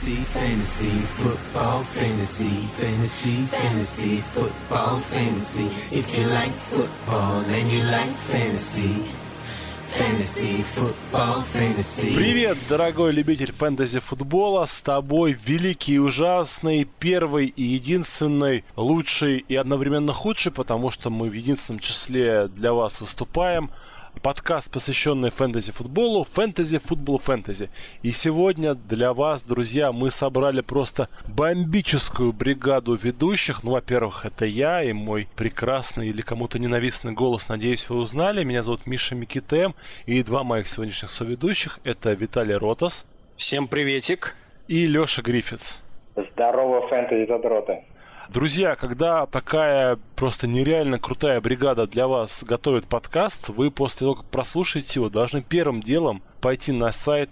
Fantasy, fantasy, football, fantasy, fantasy, fantasy, football, fantasy. If you like football and you like fantasy, fantasy, football, fantasy. Привет, дорогой любитель фэнтези-футбола, с тобой великий и ужасный, первый и единственный, лучший и одновременно худший, потому что мы в единственном числе для вас выступаем. Подкаст, посвященный фэнтези-футболу, фэнтези-футбол, фэнтези. И сегодня для вас, друзья, мы собрали просто бомбическую бригаду ведущих. Ну, во-первых, это я и мой прекрасный или кому-то ненавистный голос, надеюсь, вы узнали. Меня зовут Миша Микитем. И два моих сегодняшних соведущих — это Виталий Ротас. Всем приветик. И Леша Гриффитс. Здорово, фэнтези-задроты. Друзья, когда такая просто нереально крутая бригада для вас готовит подкаст, вы после того, как прослушаете его, должны первым делом пойти на сайт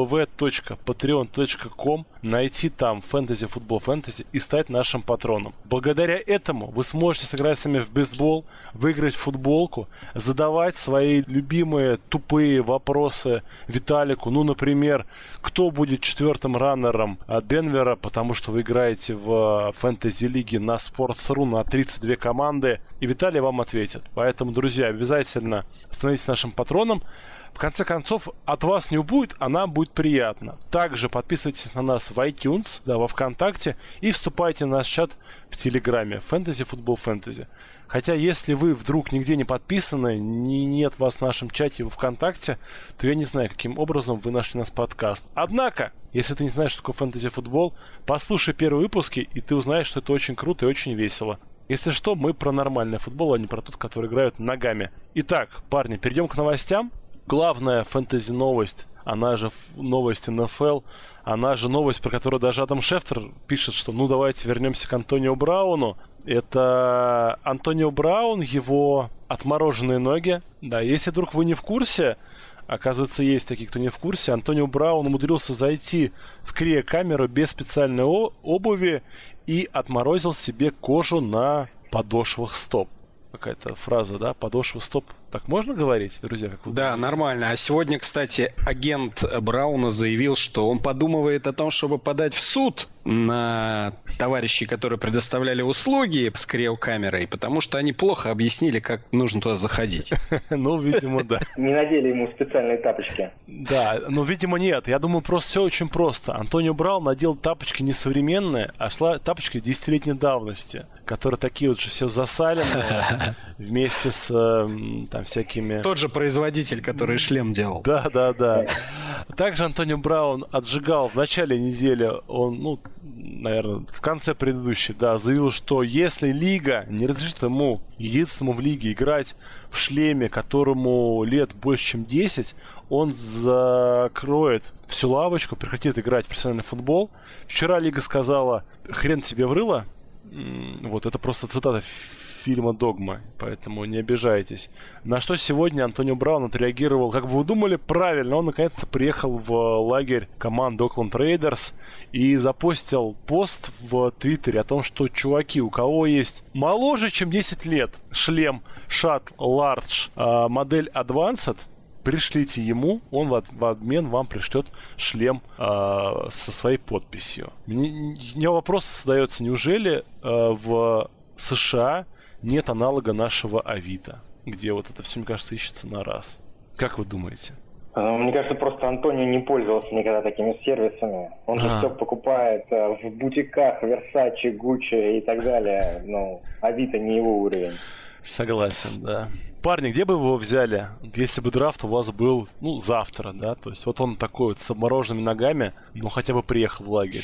www.patreon.com, найти там Fantasy Football Fantasy и стать нашим патроном. Благодаря этому вы сможете сыграть с нами в бейсбол, выиграть футболку, задавать свои любимые тупые вопросы Виталику. Ну, например, кто будет четвертым раннером Денвера, потому что вы играете в фэнтези-лиге на Sports.ru на 32 команды, и Виталий вам ответит. Поэтому, друзья, обязательно становитесь нашим патроном. В конце концов, от вас не убудет, а нам будет приятно. Также подписывайтесь на нас в iTunes, да, во ВКонтакте, и вступайте в наш чат в Телеграме Fantasy Football Fantasy. Хотя, если вы вдруг нигде не подписаны, нет вас в нашем чате во ВКонтакте, то я не знаю, каким образом вы нашли наш подкаст. Однако, если ты не знаешь, что такое фэнтези-футбол, послушай первые выпуски, и ты узнаешь, что это очень круто и очень весело. Если что, мы про нормальный футбол, а не про тот, который играют ногами. Итак, парни, перейдем к новостям. Главная фэнтези-новость, она же новость НФЛ, она же новость, про которую даже Адам Шефтер пишет, что ну давайте вернемся к Антонио Брауну. Это Антонио Браун, его отмороженные ноги. Да, если вдруг вы не в курсе, оказывается, есть такие, кто не в курсе, Антонио Браун умудрился зайти в криокамеру без специальной обуви и отморозил себе кожу на подошвах стоп. Какая-то фраза, да? Подошва стоп. Так можно говорить, друзья? Как вы думаете? Нормально. А сегодня, кстати, агент Брауна заявил, что он подумывает о том, чтобы подать в суд на товарищей, которые предоставляли услуги с криокамерой, потому что они плохо объяснили, как нужно туда заходить. Ну, видимо, да. Не надели ему специальные тапочки. Да, но, видимо, нет. Я думаю, просто все очень просто. Антонио Браун надел тапочки не современные, а шла тапочки 10-летней давности, которые такие вот же все засаленные, вместе с там всякими... Тот же производитель, который шлем делал. Да. Также Антонио Браун отжигал в начале недели, он, ну, наверное, в конце предыдущей, да, заявил, что если лига не разрешит ему, единственному в лиге, играть в шлеме, которому лет больше, чем 10, он закроет всю лавочку, прекратит играть в профессиональный футбол. Вчера лига сказала: хрен тебе в рыло. Вот, это просто цитата фильма «Догма», поэтому не обижайтесь. На что сегодня Антонио Браун отреагировал, как бы вы думали, правильно. Он наконец-то приехал в лагерь команды Окленд Рейдерс и запостил пост в Твиттере о том, что, чуваки, у кого есть моложе, чем 10 лет, шлем Shot Large модель Advanced, пришлите ему, он в обмен вам пришлет шлем со своей подписью. Мне вопрос задается, неужели в США нет аналога нашего Авито, где вот это все, мне кажется, ищется на раз? Как вы думаете? Мне кажется, просто Антонио не пользовался никогда такими сервисами. Он же все покупает в бутиках, Versace, Gucci и так далее. Но Авито не его уровень. Согласен, да. Парни, где бы вы его взяли, если бы драфт у вас был, ну, завтра, да? То есть вот он такой вот с обмороженными ногами, ну, хотя бы приехал в лагерь.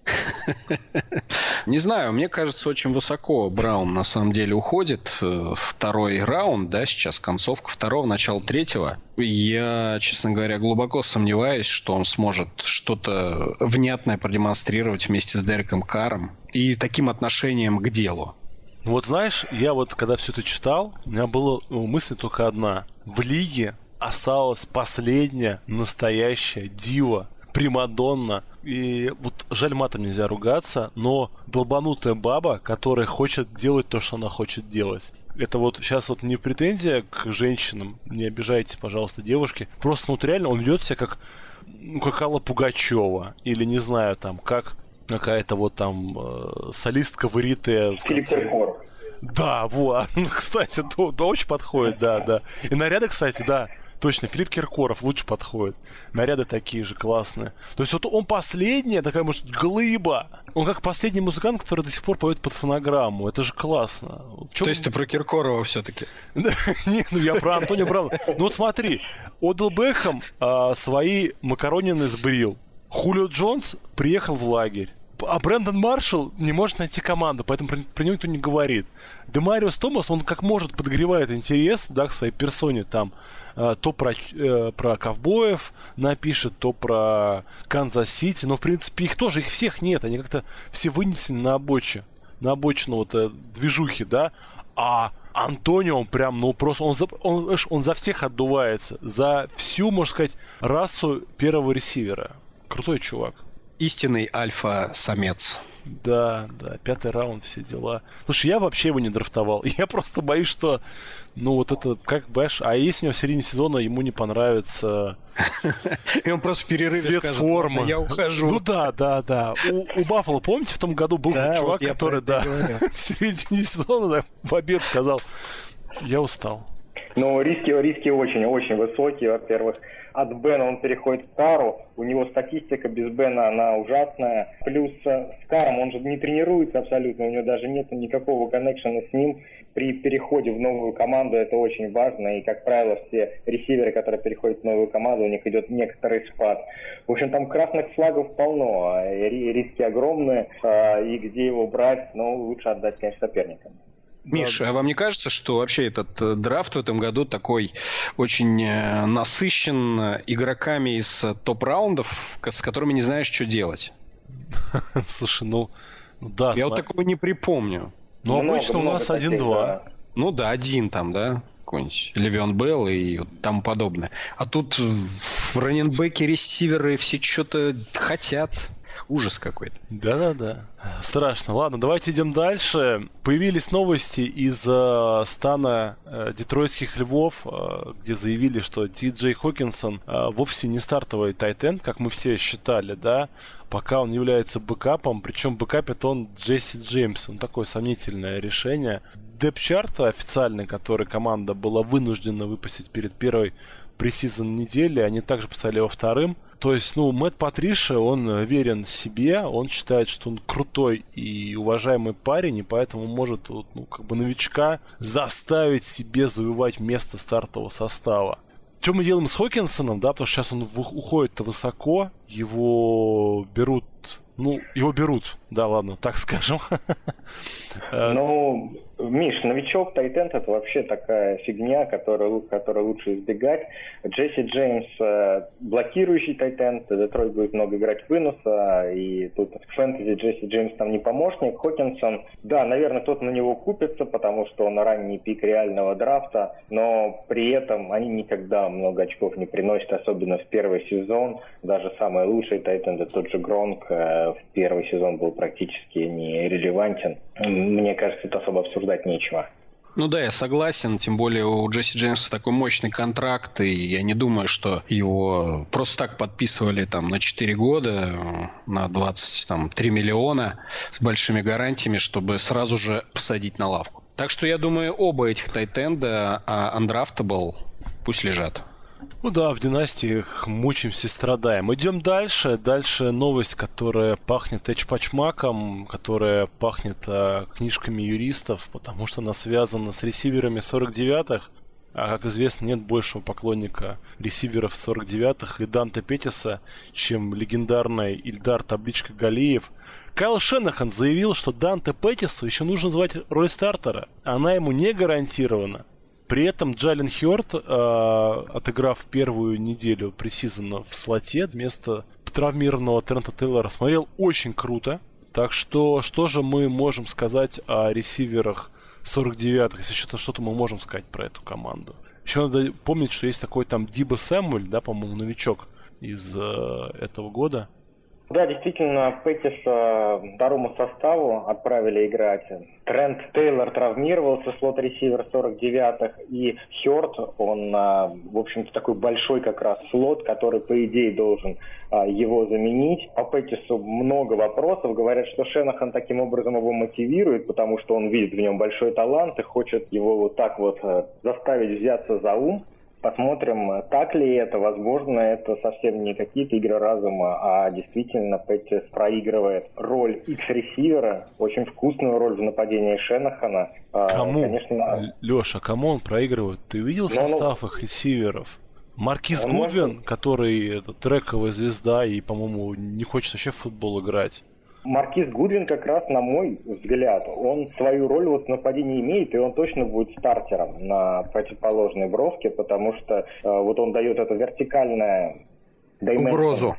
Не знаю, мне кажется, очень высоко Браун на самом деле уходит. Второй раунд, да, сейчас концовка второго, начало третьего. Я, честно говоря, глубоко сомневаюсь, что он сможет что-то внятное продемонстрировать вместе с Дереком Карром и таким отношением к делу. Ну вот знаешь, я вот когда все это читал, у меня была мысль только одна. В лиге осталась последняя настоящая дива, примадонна. И вот жаль, матом нельзя ругаться, но долбанутая баба, которая хочет делать то, что она хочет делать. Это вот сейчас вот не претензия к женщинам, не обижайтесь, пожалуйста, девушки. Просто вот реально он ведет себя как как Алла Пугачева, или, не знаю, там, как какая-то вот там солистка выритая. Филипп Киркоров. Да, вот. Кстати, да, очень подходит, да. И наряды, кстати, да. Точно, Филипп Киркоров лучше подходит. Наряды такие же классные. То есть вот он последняя такая, может, глыба. Он как последний музыкант, который до сих пор поет под фонограмму. Это же классно. То есть ты про Киркорова все-таки? Нет, ну я про Антонио Брауна. Ну вот смотри, Одел Бекхэм свои макаронины сбрил. Хулио Джонс приехал в лагерь. А Брэндон Маршалл не может найти команду, поэтому про него никто не говорит. Демариус Томас, он как может подогревает интерес, да, к своей персоне там. То про ковбоев напишет, то про Канзас-Сити. Но, в принципе, их тоже, их всех нет. Они как-то все вынесены на обочину вот движухи, да. А Антонио, он прям, ну просто, он за всех отдувается. За всю, можно сказать, расу первого ресивера. Крутой чувак. Истинный альфа-самец. Да, 5-й раунд, все дела. Слушай, я вообще его не драфтовал. Я просто боюсь, что, ну вот это, как бэш, а если у него в середине сезона ему не понравится... И он просто в перерыве скажет, формы. Я ухожу. Ну да. У Баффало, помните, в том году был чувак, который, в середине сезона в обед сказал, я устал. Ну, риски очень-очень высокие, во-первых. От Бена он переходит к Кару, у него статистика без Бена, она ужасная. Плюс с Каром он же не тренируется абсолютно, у него даже нет никакого коннекшена с ним. При переходе в новую команду это очень важно, и, как правило, все ресиверы, которые переходят в новую команду, у них идет некоторый спад. В общем, там красных флагов полно, риски огромные, и где его брать, ну, лучше отдать, конечно, соперникам. Миш, а вам не кажется, что вообще этот драфт в этом году такой очень насыщен игроками из топ-раундов, с которыми не знаешь, что делать? Слушай, ну да. Я вот такого не припомню. Ну, обычно у нас 1-2. Ну да, один там, да? Какой-нибудь Левион Белл и тому подобное. А тут в раннинбеке ресиверы все что-то хотят. Ужас какой-то. Да. Страшно. Ладно, давайте идем дальше. Появились новости из стана детройтских львов, где заявили, что Ти Джей Хокинсон вовсе не стартовый тайт-энд, как мы все считали, да, пока он является бэкапом, причем бэкапит он Джесси Джеймс. Он такое сомнительное решение. Депчарт официальный, который команда была вынуждена выпустить перед первой пресизон недели, они также поставили его вторым. То есть, Мэтт Патришиа, он верен себе, он считает, что он крутой и уважаемый парень, и поэтому может, новичка заставить себе завоевать место стартового состава. Что мы делаем с Хокинсоном, да, потому что сейчас он уходит-то высоко, его берут, да, ладно, так скажем. Миш, новичок тайтенд это вообще такая фигня, которую лучше избегать. Джесси Джеймс блокирующий тайтенд, Детройт будет много играть выноса, и тут в фэнтези Джесси Джеймс там не помощник. Хокинсон, да, наверное, тот на него купится, потому что он ранний пик реального драфта, но при этом они никогда много очков не приносят, особенно в первый сезон. Даже самые лучшие тайтенды, тот же Гронк, в первый сезон был практически не релевантен. Мне кажется, это особо обсуждать нечего. Ну да, я согласен, тем более у Джесси Джеймса такой мощный контракт, и я не думаю, что его просто так подписывали там на 4 года, на 23 миллиона с большими гарантиями, чтобы сразу же посадить на лавку. Так что я думаю, оба этих тайтенда undraftable пусть лежат. Ну да, в династиях мучаемся, страдаем. Идем дальше. Дальше новость, которая пахнет эчпачмаком, которая пахнет книжками юристов, потому что она связана с ресиверами 49-х. А, как известно, нет большего поклонника ресиверов 49-х и Данте Петтиса, чем легендарный Ильдар Табличка Галиев. Кайл Шенахан заявил, что Данте Петтису еще нужно звать роль стартера. Она ему не гарантирована. При этом Джален Хёрд, отыграв первую неделю пресизона в слоте вместо травмированного Трента Тейлора, смотрел очень круто. Так что же мы можем сказать о ресиверах 49-х, если что-то мы можем сказать про эту команду. Еще надо помнить, что есть такой там Дибо Сэмюэль, да, по-моему, новичок из этого года. Да, действительно, Петтиса второму составу отправили играть. Трент Тейлор травмировался, слот-ресивер 49-х, и Хёрд, он, в общем-то, такой большой как раз слот, который, по идее, должен его заменить. По Петтису много вопросов. Говорят, что Шенахан таким образом его мотивирует, потому что он видит в нем большой талант и хочет его вот так вот заставить взяться за ум. Посмотрим, так ли это. Возможно, это совсем не какие-то игры разума, а действительно Петтис проигрывает роль X-ресивера, очень вкусную роль в нападении Шенахана. Кому? Конечно, Леша, кому он проигрывает? Ты видел состав их ресиверов? Маркиз Гудвин, который трековая звезда и, по-моему, не хочет вообще в футбол играть. Маркиз Гудвин как раз, на мой взгляд, он свою роль вот в нападении имеет, и он точно будет стартером на противоположной бровке, потому что вот он дает это вертикальное угрозу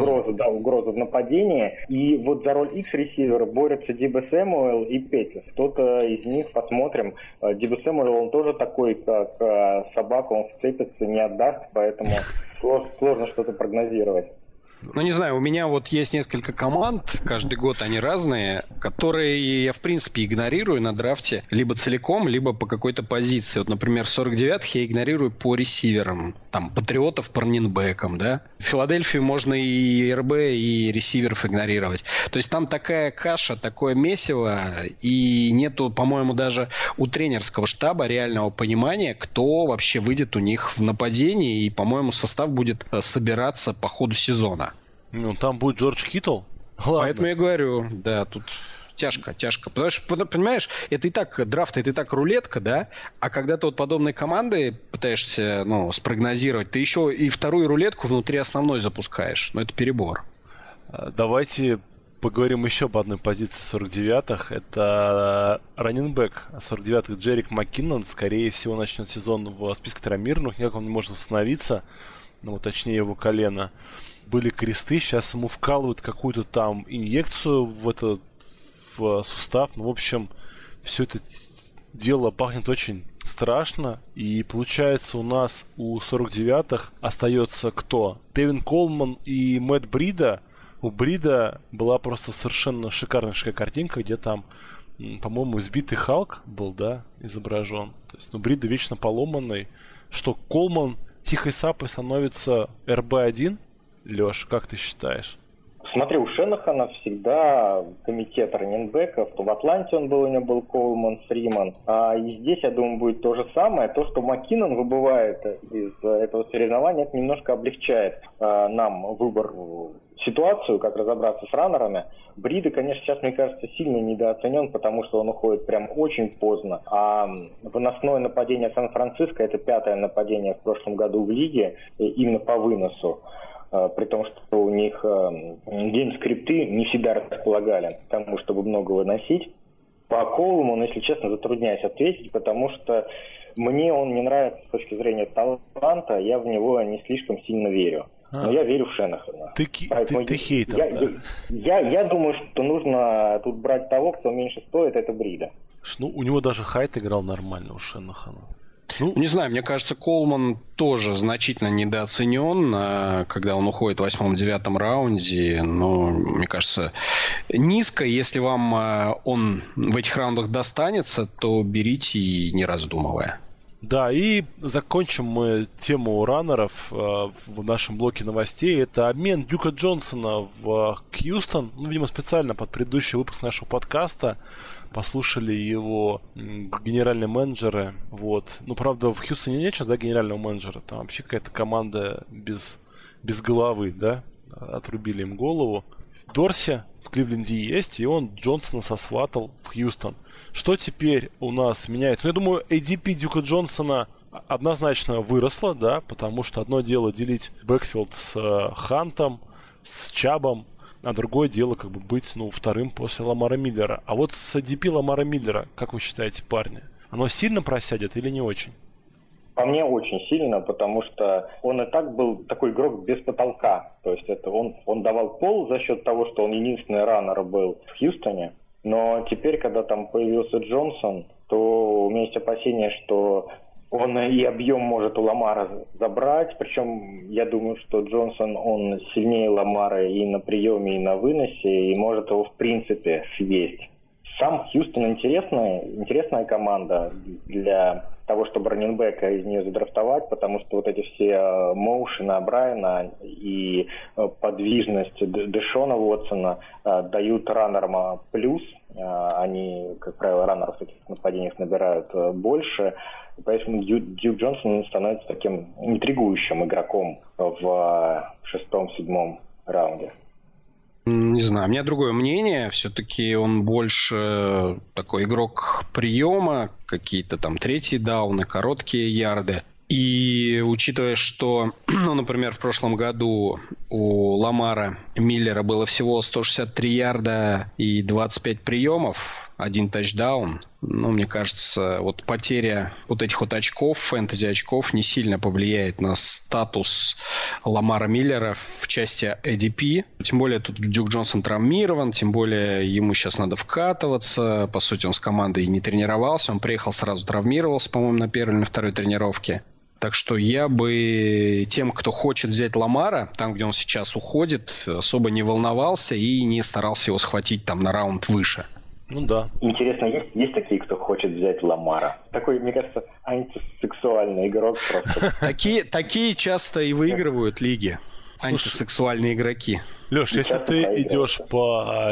в нападении. И вот за роль X-ресивера борются Дибо Сэмуэл и Петтис. Кто-то из них, посмотрим. Дибо Сэмуэл, он тоже такой, как собака, он вцепится, не отдаст, поэтому сложно что-то прогнозировать. Ну, не знаю, у меня вот есть несколько команд, каждый год они разные, которые я, в принципе, игнорирую на драфте либо целиком, либо по какой-то позиции. Вот, например, 49-х я игнорирую по ресиверам, там, Патриотов по раннинбэкам, да. В Филадельфии можно и РБ, и ресиверов игнорировать. То есть там такая каша, такое месиво, и нету, по-моему, даже у тренерского штаба реального понимания, кто вообще выйдет у них в нападении, и, по-моему, состав будет собираться по ходу сезона. Ну, там будет Джордж Киттл. Поэтому я говорю, да, тут тяжко. Потому что, понимаешь, это и так драфт, это и так рулетка, да? А когда ты вот подобные команды пытаешься, спрогнозировать, ты еще и вторую рулетку внутри основной запускаешь. Но это перебор. Давайте поговорим еще об одной позиции 49-х. Это раннинбэк 49-х Джерик Маккинон. Скорее всего, начнет сезон в списке травмированных. Никак он не может восстановиться. Точнее, его колено. Были кресты, сейчас ему вкалывают какую-то там инъекцию в сустав. В общем, все это дело пахнет очень страшно. И получается, у нас у 49-х остается кто? Тевин Колман и Мэтт Брида. У Брида была просто совершенно шикарная картинка, где там, по-моему, избитый Халк был, да, изображен. То есть, Брида вечно поломанный. Что Колман тихой сапой становится РБ-1? Леш, как ты считаешь? Смотри, у Шенахана всегда комитет раннинбэков. В Атланте у него был Коулман, Фриман. И здесь, я думаю, будет то же самое. То, что Маккинон выбывает из этого соревнования, это немножко облегчает нам выбор, ситуацию, как разобраться с раннерами. Брида, конечно, сейчас, мне кажется, сильно недооценен, потому что он уходит прям очень поздно. А выносное нападение Сан-Франциско — это 5-е нападение в прошлом году в лиге, именно по выносу. При том, что у них гейм-скрипты не всегда располагали к тому, чтобы много выносить. По Коулману, если честно, затрудняюсь ответить, потому что мне он не нравится с точки зрения таланта, я в него не слишком сильно верю. Но я верю в Шенахана. Ты хейтер. Я думаю, что нужно тут брать того, кто меньше стоит, это Брида. У него даже Хайт играл нормально, у Шенахана. Не знаю, мне кажется, Колман тоже значительно недооценен, когда он уходит в 8-9 раунде. Но, мне кажется, низко. Если вам он в этих раундах достанется, то берите, не раздумывая. Да, и закончим мы тему раннеров в нашем блоке новостей. Это обмен Дюка Джонсона в Хьюстон. Видимо, специально под предыдущий выпуск нашего подкаста послушали его генеральные менеджеры. Правда, в Хьюстоне нет сейчас, да, генерального менеджера. Там вообще какая-то команда без головы, да? Отрубили им голову. Дорси в Кливленде есть, и он Джонсона сосватал в Хьюстон. Что теперь у нас меняется? Я думаю, ADP Дюка Джонсона однозначно выросла, да, потому что одно дело делить бэкфилд с Хантом, с Чабом, а другое дело быть, вторым после Ламара Миллера. А вот с ADP Ламара Миллера, как вы считаете, парни, оно сильно просядет или не очень? По мне, очень сильно, потому что он и так был такой игрок без потолка. То есть это он давал пол за счет того, что он единственный раннер был в Хьюстоне. Но теперь, когда там появился Джонсон, то у меня есть опасение, что Он и объем может у Ламара забрать, причем я думаю, что Джонсон, он сильнее Ламара и на приеме, и на выносе, и может его в принципе съесть. Сам Хьюстон интересная команда для того, чтобы раннинбека из нее задрафтовать, потому что вот эти все моушены Брайана и подвижность Дэшона Уотсона дают раннерам плюс. Они, как правило, раннеров в таких нападениях набирают больше. Поэтому Дьюк Джонсон становится таким интригующим игроком в 6-7 раунде. Не знаю, у меня другое мнение. Все-таки он больше такой игрок приема, какие-то там третьи дауны, короткие ярды. И учитывая, что, например, в прошлом году у Ламара Миллера было всего 163 ярда и 25 приемов, 1 тачдаун, мне кажется, вот потеря вот этих вот очков, фэнтези-очков, не сильно повлияет на статус Ламара Миллера в части ADP. Тем более тут Дьюк Джонсон травмирован, тем более ему сейчас надо вкатываться. По сути, он с командой не тренировался, он приехал сразу травмировался, по-моему, на первой или на второй тренировке. Так что я бы тем, кто хочет взять Ламара, там, где он сейчас уходит, особо не волновался и не старался его схватить там на раунд выше. Ну да. Интересно, есть такие, кто хочет взять Ламара? Такой, мне кажется, антисексуальный игрок просто. Такие часто и выигрывают лиги. Антисексуальные игроки. Леш, если ты идешь по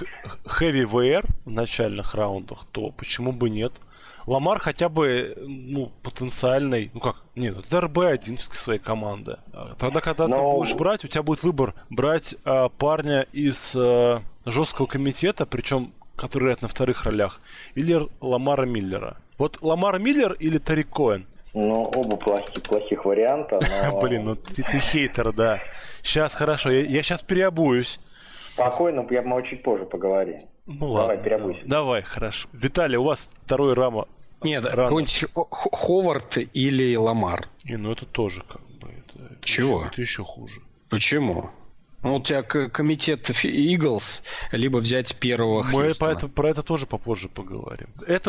Heavy VR в начальных раундах, то почему бы нет? Ламар хотя бы, потенциальный, это РБ-1 своей команды. Тогда, когда ты будешь брать, у тебя будет выбор брать парня из жесткого комитета, причем который играет на вторых ролях, или Ламара Миллера. Вот Ламар Миллер или Тарик Коэн? Оба плохих варианта. Но... Блин, ты хейтер, да. Сейчас, хорошо, я сейчас переобуюсь. Спокойно, мы чуть позже поговорим. Давай, переобуйся. Давай, хорошо. Виталий, у вас второй рама. Нет, какой-нибудь Ховард или Ламар. Это тоже как бы... Чего? Это еще хуже. Почему? У тебя комитет Eagles, либо взять первого Хьюстона. Мы про это тоже попозже поговорим.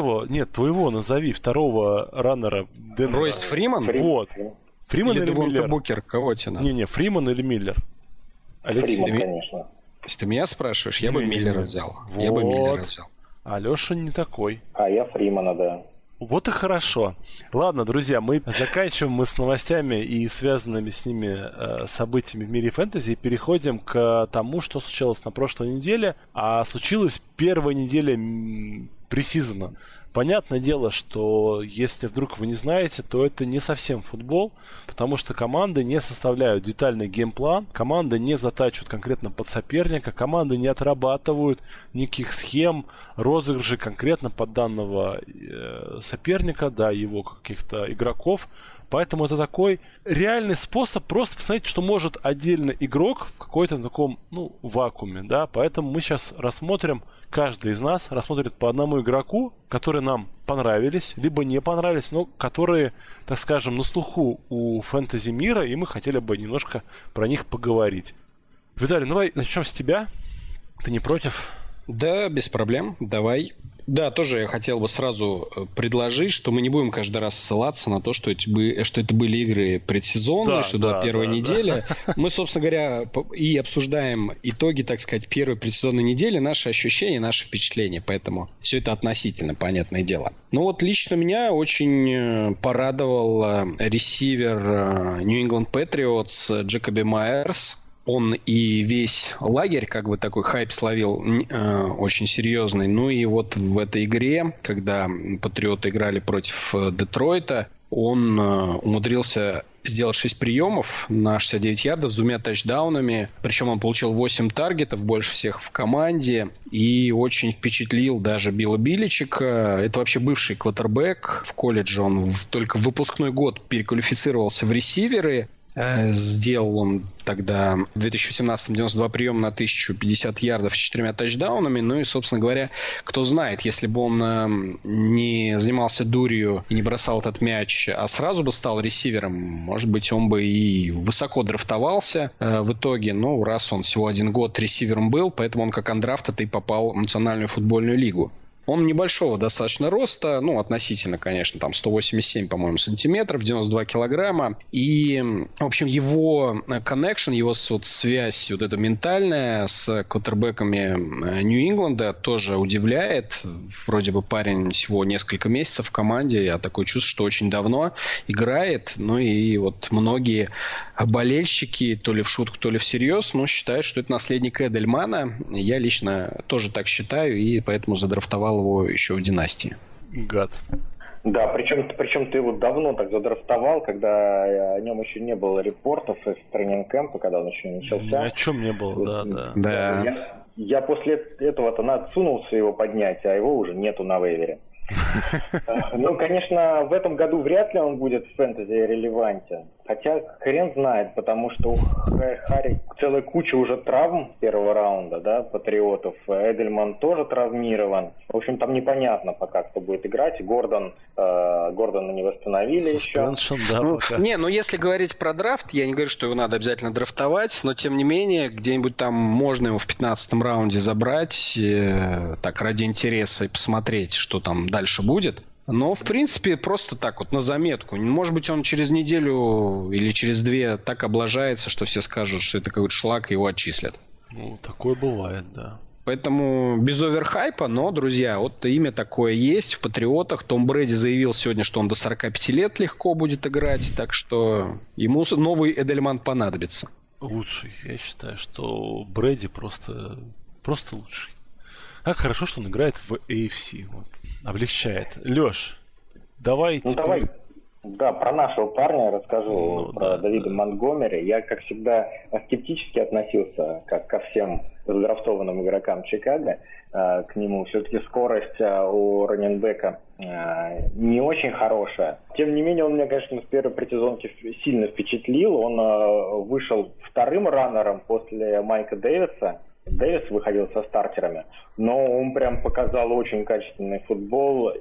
Твоего назови, второго раннера Денвера. Ройс Фриман? Вот. Фриман или Миллер? Букер, кого тебе надо? Не, Фриман или Миллер? Алексей, Фриман, конечно. Если ты меня спрашиваешь, я бы Миллера взял. Я бы Миллера взял. А Леша не такой. А я Фримана, да. Вот и хорошо. Ладно, друзья, мы заканчиваем с новостями и связанными с ними событиями в мире фэнтези и переходим к тому, что случилось на прошлой неделе. А случилась первая неделя пресизона. Понятное дело, что если вдруг вы не знаете, то это не совсем футбол, потому что команды не составляют детальный геймплан, команды не затачивают конкретно под соперника, команды не отрабатывают никаких схем, розыгрышей конкретно под данного соперника, его каких-то игроков. Поэтому это такой реальный способ просто посмотреть, что может отдельный игрок в какой-то таком, вакууме, да. Поэтому мы сейчас рассмотрим, каждый из нас рассмотрит по одному игроку, которые нам понравились, либо не понравились, но которые, так скажем, на слуху у фэнтези мира, и мы хотели бы немножко про них поговорить. Виталий, давай начнем с тебя. Ты не против? Да, без проблем. Давай. Да, тоже я хотел бы сразу предложить, что мы не будем каждый раз ссылаться на то, что это были игры предсезонные, что была первая неделя. Мы, собственно говоря, и обсуждаем итоги, так сказать, первой предсезонной недели, наши ощущения, наши впечатления. Поэтому все это относительно, понятное дело. Лично меня очень порадовал ресивер New England Patriots Джекоби Майерс. Он и весь лагерь, такой хайп словил очень серьезный. И вот в этой игре, когда Патриоты играли против Детройта, он умудрился сделать 6 приемов на 69 ярдов с 2 тачдаунами. Причем он получил 8 таргетов, больше всех в команде. И очень впечатлил даже Билла Биличика. Это вообще бывший квотербек. В колледже он только в выпускной год переквалифицировался в ресиверы. Сделал он тогда в 2018-м 92 приема на 1050 ярдов с 4 тачдаунами. И, собственно говоря, кто знает, если бы он не занимался дурью и не бросал этот мяч, а сразу бы стал ресивером, может быть, он бы и высоко драфтовался в итоге. Но раз он всего 1 год ресивером был, поэтому он как андрафтед и попал в Национальную футбольную лигу. Он небольшого достаточно роста, ну, относительно, конечно, там 187, по-моему, сантиметров, 92 килограмма. И, в общем, его connection, его вот связь вот эта ментальная с квотербеками Нью-Ингланда тоже удивляет. Вроде бы парень всего несколько месяцев в команде, я такое чувство, что очень давно играет. Ну и вот многие болельщики, то ли в шутку, то ли всерьез, но считают, что это наследник Эдельмана. Я лично тоже так считаю, и поэтому задрафтовал его еще в династии. Гад. Да, причем ты его давно так задрафтовал, когда о нем еще не было репортов из тренинг-кэмпа, когда он еще не начался. Ни о чем не было, да. Я после этого-то надсунулся его поднять, а его уже нету на вейвере. Ну, конечно, в этом году вряд ли он будет в фэнтези релевантен. Хотя хрен знает, потому что у Харри целая куча уже травм первого раунда, да, патриотов. Эдельман тоже травмирован. В общем, там непонятно пока, кто будет играть. Гордона не восстановили еще. Да, ну если говорить про драфт, я не говорю, что его надо обязательно драфтовать, но тем не менее, где-нибудь там можно его в 15-м раунде забрать, так, ради интереса и посмотреть, что там дальше будет. Но, в принципе, просто так вот, на заметку. Может быть, он через неделю или через две так облажается, что все скажут, что это какой-то шлак, и его отчислят. Ну, такое бывает, да. Поэтому без оверхайпа, но, друзья, вот имя такое есть в Патриотах. Том Брэди заявил сегодня, что он до 45 лет легко будет играть, так что ему новый Эдельман понадобится. Лучший. Я считаю, что Брэди просто лучший. Как хорошо, что он играет в AFC. Вот. Облегчает. Лёш, давай... Давай. Да, про нашего парня расскажу, про Дэвида Монтгомери. Я, как всегда, скептически относился ко всем задрафтованным игрокам Чикаго. К нему все-таки скорость у раннинбека не очень хорошая. Тем не менее, он меня, конечно, с первой предсезонки сильно впечатлил. Он вышел вторым раннером после Майка Дэвиса. Дэвис выходил со стартерами, но он прям показал очень качественный футбол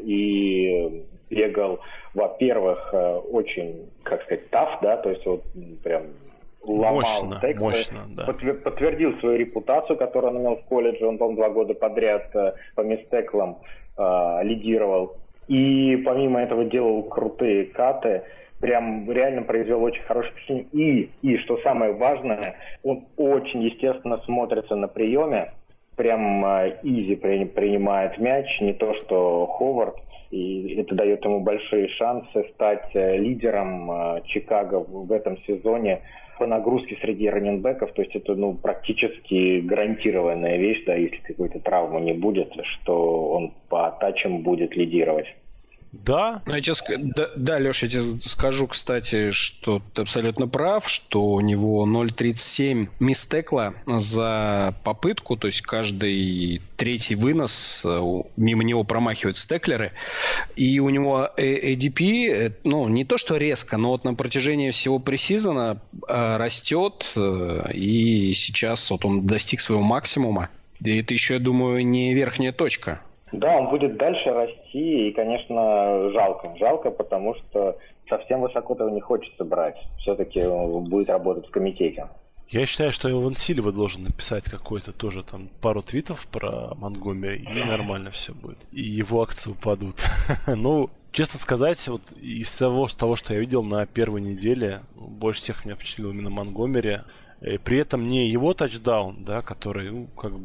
и бегал, во-первых, очень, как сказать, таф, да, то есть вот прям ломал тексты, мощно, да. Подтвердил свою репутацию, которую он имел в колледже, он, по-моему, 2 года подряд по мистеклам лидировал, и помимо этого делал крутые каты, прям реально произвел очень хорошее впечатление. И что самое важное, он очень естественно смотрится на приеме, прям изи принимает мяч, не то что Ховард, и это дает ему большие шансы стать лидером Чикаго в этом сезоне по нагрузке среди раннинбеков, то есть это практически гарантированная вещь, да, если какой-то травмы не будет, что он по тачам будет лидировать. Да. Да, Леша, я тебе скажу, кстати, что ты абсолютно прав, что у него 0,37 мистекла за попытку, то есть каждый третий вынос, мимо него промахиваются теклеры, и у него ADP, не то что резко, но вот на протяжении всего пресизона растет, и сейчас вот он достиг своего максимума, и это еще, я думаю, не верхняя точка. Да, он будет дальше расти, и, конечно, жалко, потому что совсем высоко этого не хочется брать. Все-таки он будет работать в комитете. Я считаю, что Эван Сильва должен написать какой-то тоже там пару твитов про Монтгомери, и нормально все будет. И его акции упадут. Ну, честно сказать, вот из того, что я видел на первой неделе, больше всех меня впечатлил именно Монтгомери. При этом не его тачдаун, да, который,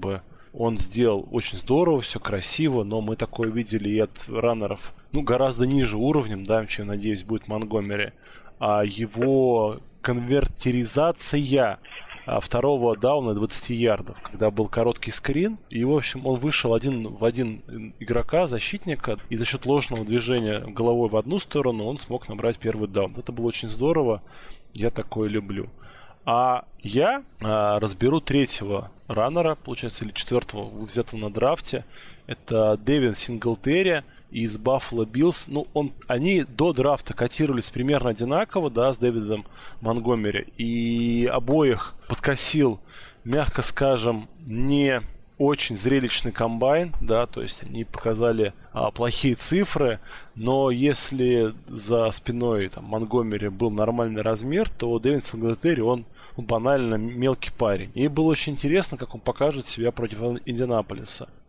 он сделал очень здорово, все красиво, но мы такое видели и от раннеров, гораздо ниже уровнем, да, чем, надеюсь, будет Монтгомери. А его конвертеризация второго дауна 20 ярдов, когда был короткий скрин, и, в общем, он вышел один в один игрока, защитника, и за счет ложного движения головой в одну сторону он смог набрать первый даун. Это было очень здорово, я такое люблю. А я разберу третьего раннера, получается, или четвертого, взятого на драфте. Это Дэвин Синглтери из Buffalo Bills. Они до драфта котировались примерно одинаково, да, с Дэвидом Монтгомери. И обоих подкосил, мягко скажем, не очень зрелищный комбайн, да, то есть они показали плохие цифры, но если за спиной Монтгомери был нормальный размер, то Дэвин Синглтери, он банально мелкий парень. И было очень интересно, как он покажет себя против Индианаполиса.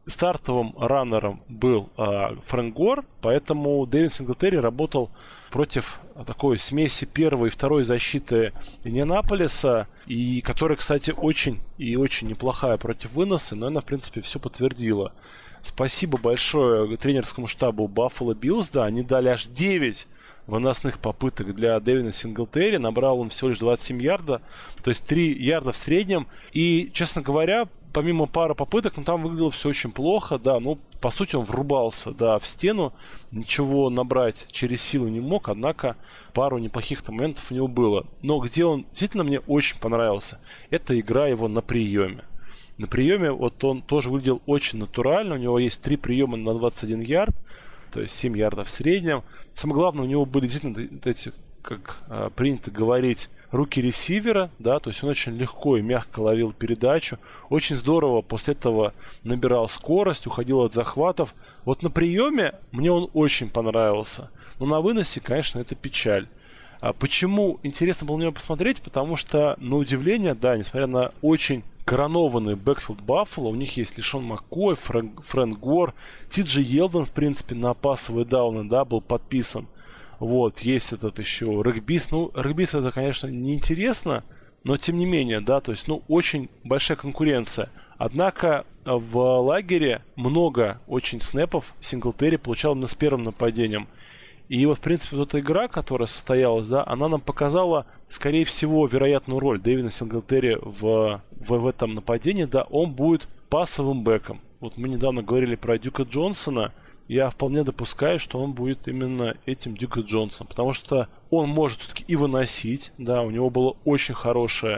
стартовым раннером был Фрэнк Гор, поэтому Дэвид Синглтери работал против такой смеси первой и второй защиты Индианаполиса, и которая, кстати, очень и очень неплохая против выноса, но она, в принципе, все подтвердила. Спасибо большое тренерскому штабу Buffalo Bills, да, они дали аж 9 выносных попыток для Дэвида Синглтери, набрал он всего лишь 27 ярда, то есть 3 ярда в среднем, и, честно говоря, помимо пары попыток, там выглядело все очень плохо, да, по сути, он врубался, да, в стену, ничего набрать через силу не мог, однако пару неплохих моментов у него было. Но где он действительно мне очень понравился, это игра его на приеме. На приеме вот он тоже выглядел очень натурально, у него есть 3 приема на 21 ярд, то есть 7 ярдов в среднем. Самое главное, у него были действительно эти, как принято говорить, руки ресивера, да, то есть он очень легко и мягко ловил передачу, очень здорово после этого набирал скорость, уходил от захватов. Вот на приеме мне он очень понравился, но на выносе, конечно, это печаль. Почему интересно было на него посмотреть? Потому что, на удивление, да, несмотря на очень коронованный бэкфилд Баффало, у них есть Лешон Маккой, Фрэнк Гор, Ти-Джей Елден, в принципе, на пассовые дауны, да, был подписан. Вот, есть этот еще регбист. Регбист это, конечно, неинтересно, но тем не менее, да, то есть, очень большая конкуренция. Однако в лагере много очень снэпов Синглтери получал именно с первым нападением. И вот, в принципе, вот эта игра, которая состоялась, да, она нам показала, скорее всего, вероятную роль Дэвида Синглтери в этом нападении, да, он будет пассовым бэком. Вот мы недавно говорили про Дюка Джонсона, я вполне допускаю, что он будет именно этим Дюка Джонсом, потому что он может все-таки и выносить, да, у него была очень хорошая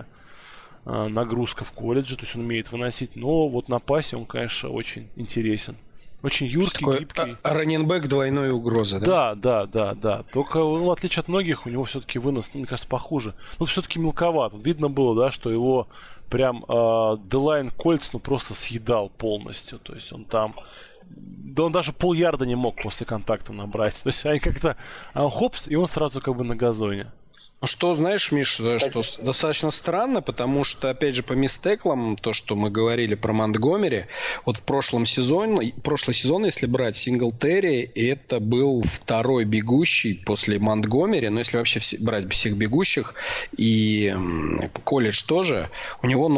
нагрузка в колледже, то есть он умеет выносить, но вот на пасе он, конечно, очень интересен. Очень юркий, гибкий. Раннинбэк двойной угрозы, да? Да. Только, в отличие от многих, у него все-таки вынос, мне кажется, похуже. Все-таки мелковат. Вот видно было, да, что его прям Делайн Кольц, просто съедал полностью. То есть он там... Да он даже полярда не мог после контакта набрать. То есть они как-то... хопс, и он сразу как бы на газоне. Что, знаешь, Миш, что достаточно странно, потому что, опять же, по мистеклам, то, что мы говорили про Монтгомери, вот прошлый сезон, если брать Синглтери, это был второй бегущий после Монтгомери, но если вообще брать всех бегущих, и колледж тоже, у него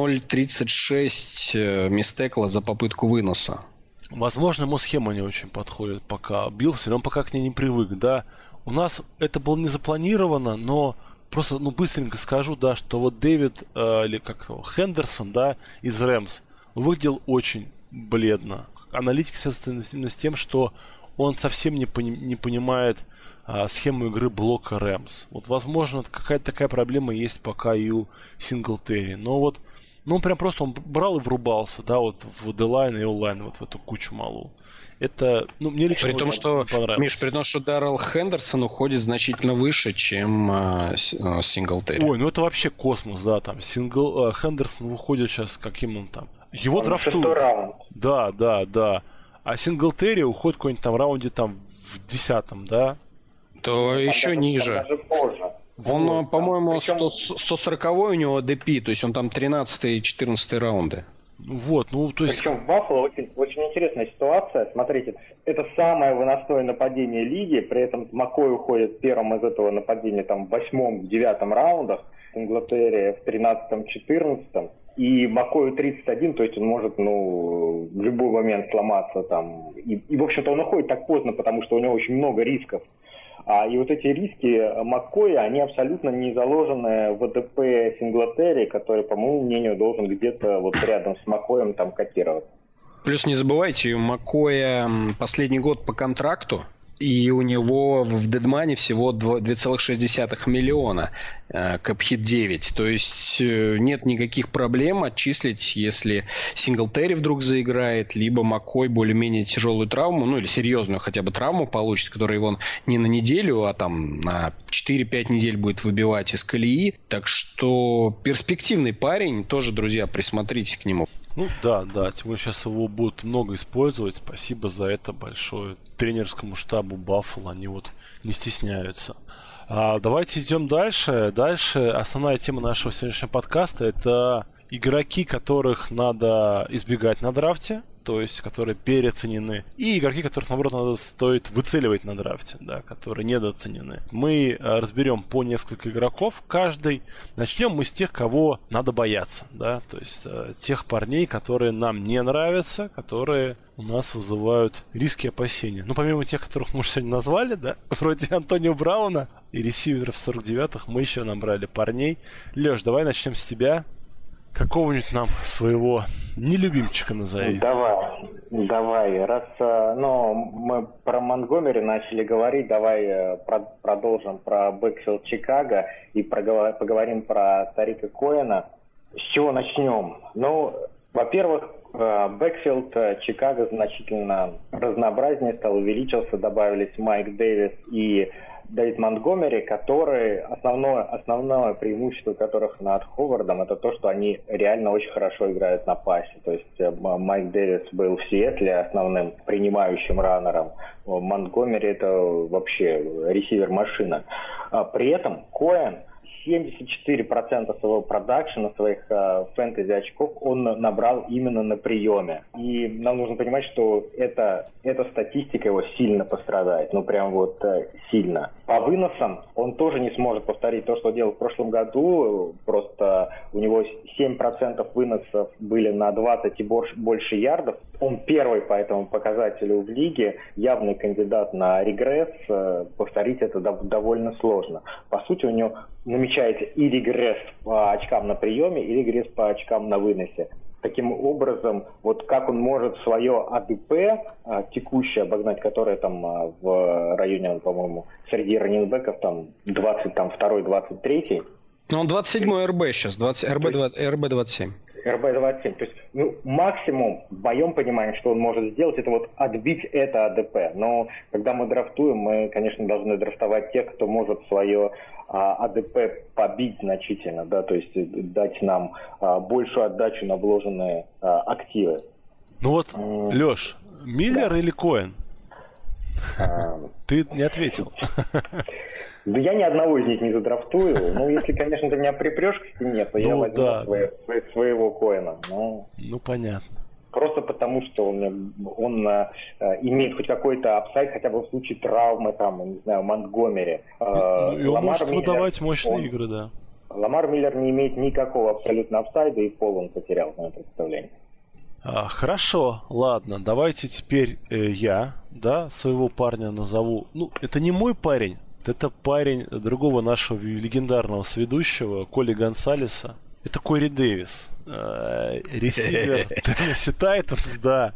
0.36 мистекла за попытку выноса. Возможно, ему схема не очень подходит пока. Бился, он пока к ней не привык, да. У нас это было не запланировано, но просто, быстренько скажу, да, что вот Дэвид, или как-то Хендерсон, да, из Рэмс, выглядел очень бледно. Аналитики связаны с тем, что он совсем не понимает схему игры блока Рэмс. Вот, возможно, какая-то такая проблема есть пока и у Синглтери. Но вот, он прям просто он брал и врубался, да, вот в D-line и O-line, вот в эту кучу малу. Это, мне лично при том, что, Миш, при том, что Даррелл Хендерсон уходит значительно выше, чем Синглтери. Ой, это вообще космос, да, там. Хендерсон выходит сейчас, каким он там. Его драфтуют. Да. А Синглтери уходит в какой-нибудь там раунде там в 10-м, да? То еще ниже. Он, по-моему, 140-й у него DP, то есть он там 13-й и 14-й раунды. Вот, то есть... Причем в Баффало очень интересная ситуация. Смотрите, это самое выносное нападение лиги, при этом Маккой уходит первым из этого нападения там, в 8-м, 9-м раундах, Синглтери в 13-м, 14-м, и Маккою 31, то есть он может в любой момент сломаться там. И, в общем-то, он уходит так поздно, потому что у него очень много рисков. И вот эти риски Маккоя, они абсолютно не заложены в АДП Синглтери, который, по моему мнению, должен где-то вот рядом с Маккоем там котироваться. Плюс не забывайте, у Маккоя последний год по контракту, и у него в дедмане всего 2,6 миллиона, кэп-хит 9. То есть нет никаких проблем отчислить, если Синглтери вдруг заиграет, либо Маккой более-менее тяжелую травму, или серьезную хотя бы травму получит, которую он не на неделю, а там на 4-5 недель будет выбивать из колеи. Так что перспективный парень, тоже, друзья, присмотритесь к нему. Да, тем более сейчас его будут много использовать. Спасибо за это большое тренерскому штабу Баффало. Они вот не стесняются. Давайте идем дальше. Дальше основная тема нашего сегодняшнего подкаста — это игроки, которых надо избегать на драфте, то есть которые переоценены, и игроки, которых, наоборот, стоит выцеливать на драфте, да, которые недооценены. Мы разберем по несколько игроков каждый. Начнем мы с тех, кого надо бояться, да, то есть тех парней, которые нам не нравятся, которые у нас вызывают риски и опасения. Ну, помимо тех, которых мы уже сегодня назвали, да, вроде Антонио Брауна и ресиверов 49-х, мы еще набрали парней. Леш, давай начнем с тебя. Какого-нибудь нам своего нелюбимчика назови. Давай. Раз мы про Монтгомери начали говорить, давай продолжим про бэкфилд Чикаго и поговорим про Тарика Коэна. С чего начнем? Ну, во-первых, бэкфилд Чикаго значительно разнообразнее стал, увеличился, добавились Майк Дэвис и Дэвид Монтгомери, которые основное преимущество которых над Ховардом, это то, что они реально очень хорошо играют на пасе. То есть Майк Дэвис был в Сиэтле основным принимающим раннером. Монтгомери это вообще ресивер-машина. При этом Коэн 74% своего продакшена, своих фэнтези очков он набрал именно на приеме. И нам нужно понимать, что эта статистика его сильно пострадает. Ну, прям вот сильно. По выносам он тоже не сможет повторить то, что делал в прошлом году. Просто у него 7% выносов были на 20 и больше ярдов. Он первый по этому показателю в лиге. Явный кандидат на регресс. Повторить это довольно сложно. По сути, у него намечается и регресс по очкам на приеме, и регресс по очкам на выносе. Таким образом, вот как он может свое АДП текущее обогнать, которое там в районе, по-моему, среди раннинбеков там 22-й, 23-й. Ну, он 27-й РБ сейчас, РБ-27. РБ-27. То есть, максимум, в моем понимании, что он может сделать, это вот отбить это АДП. Но когда мы драфтуем, мы, конечно, должны драфтовать тех, кто может свое АДП побить значительно, да, то есть дать нам большую отдачу на вложенные активы. Ну вот, Леш, Миллер или Коэн? Ты не ответил. Да я ни одного из них не задрафтую. Ну, если, конечно, ты меня припрешь к стене, то я возьму своего Коэна. Ну, понятно. Просто потому, что он имеет хоть какой-то апсайд, хотя бы в случае травмы, там, не знаю, Монтгомери. И он может выдавать мощные игры, да. Ламар Миллер не имеет никакого абсолютно апсайда, и пол он потерял, на это представление. Хорошо, ладно, давайте теперь я, да, своего парня назову. Ну, это не мой парень, это парень другого нашего легендарного сведущего, Коли Гонсалеса. Это Кори Дэвис, ресивер Теннесси Тайтанс, да.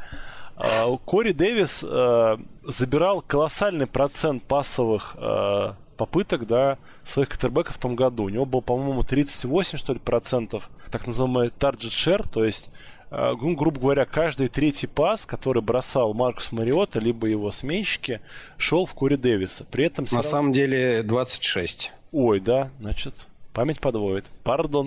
Кори Дэвис забирал колоссальный процент пассовых попыток, да, своих квотербеков в том году. У него было, по-моему, 38, что ли, процентов, так называемый target share, то есть, грубо говоря, каждый третий пас, который бросал Маркус Мариотта, либо его сменщики, шел в Кори Дэвиса. При этом на самом деле 26. Ой, да, значит... Память подводит. Пардон.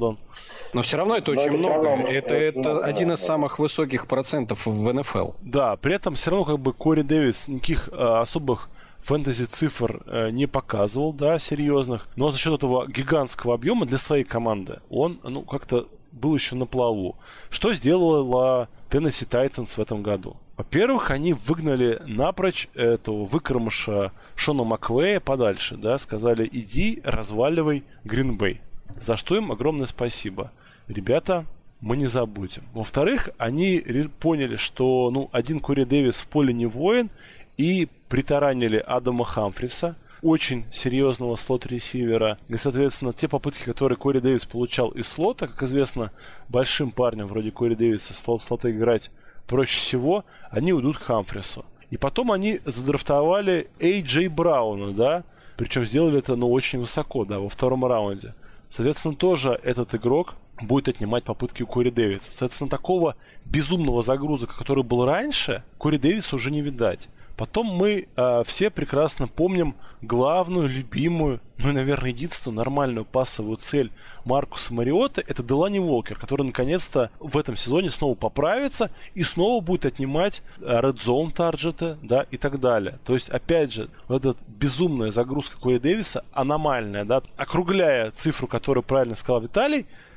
Но все равно это очень много. Это один из самых высоких процентов в НФЛ. Да, при этом все равно как бы Кори Дэвис никаких особых фэнтези-цифр не показывал, да, серьезных. Но за счет этого гигантского объема для своей команды он, как-то был еще на плаву. Что сделала Теннесси Тайтанс в этом году? Во-первых, они выгнали напрочь этого выкормыша Шона Маквея подальше, да, сказали, иди, разваливай Грин-Бэй. За что им огромное спасибо. Ребята, мы не забудем. Во-вторых, они поняли, что, один Кори Дэвис в поле не воин, и притаранили Адама Хамфриса, очень серьезного слот-ресивера. И, соответственно, те попытки, которые Кори Дэвис получал из слота, как известно, большим парнем вроде Кори Дэвиса слота играть проще всего, они уйдут к Хамфрису. И потом они задрафтовали Эй-Джей Брауна, да, причем сделали это, очень высоко, да, во втором раунде. Соответственно, тоже этот игрок будет отнимать попытки у Кори Дэвиса. Соответственно, такого безумного загрузка, который был раньше, Кори Дэвису уже не видать. Потом мы все прекрасно помним главную, любимую, наверное, единственную нормальную пассовую цель Маркуса Мариотта. Это Делани Уолкер, который наконец-то в этом сезоне снова поправится и снова будет отнимать red zone тарджеты, да, и так далее. То есть, опять же, вот эта безумная загрузка Кори Дэвиса, аномальная, да, округляя цифру, которую правильно сказал Виталий,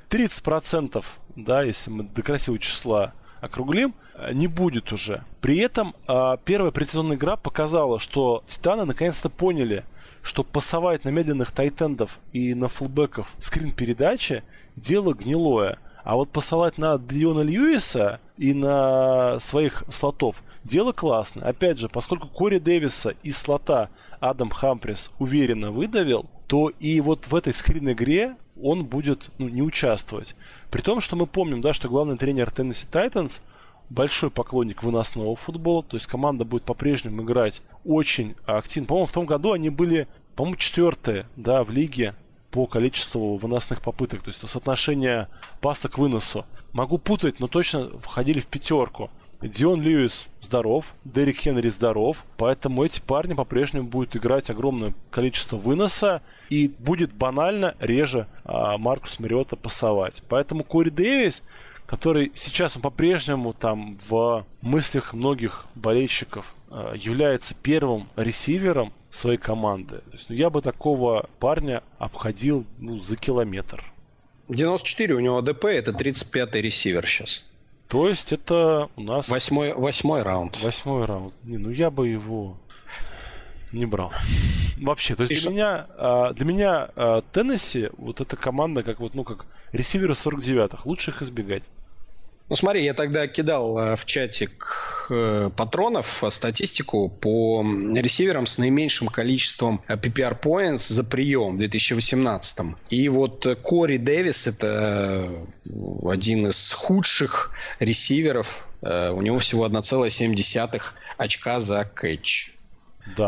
30%, да, если мы до красивого числа округлим, не будет уже. При этом первая предсезонная игра показала, что Титаны наконец-то поняли, что пасовать на медленных тайтендов и на фулбеков скрин-передачи дело гнилое. А вот пасовать на Диона Льюиса и на своих слотов дело классное. Опять же, поскольку Кори Дэвиса из слота Адам Хамфрис уверенно выдавил, то и вот в этой скрин-игре он будет не участвовать. При том, что мы помним, да, что главный тренер Tennessee Titans большой поклонник выносного футбола, то есть команда будет по-прежнему играть очень активно. По-моему, в том году они были, по-моему, 4-е, да, в лиге по количеству выносных попыток, то есть соотношение паса к выносу. Могу путать, но точно входили в 5. Дион Льюис здоров, Дерек Хенри здоров, поэтому эти парни по-прежнему будут играть огромное количество выноса, и будет банально реже Маркус Мариотта пасовать. Поэтому Кори Дэвис, который сейчас он по-прежнему там в мыслях многих болельщиков является первым ресивером своей команды. То есть, я бы такого парня обходил за километр. 94 у него АДП, это 35-й ресивер сейчас. То есть это у нас... Восьмой раунд. 8-й раунд. Я бы его не брал. Вообще, то есть для меня Теннесси, вот эта команда, как ресиверы 49-х, лучше их избегать. Ну смотри, я тогда кидал в чатик патронов статистику по ресиверам с наименьшим количеством PPR points за прием в 2018. И вот Кори Дэвис — это один из худших ресиверов. У него всего 1,7 очка за кэтч. Да,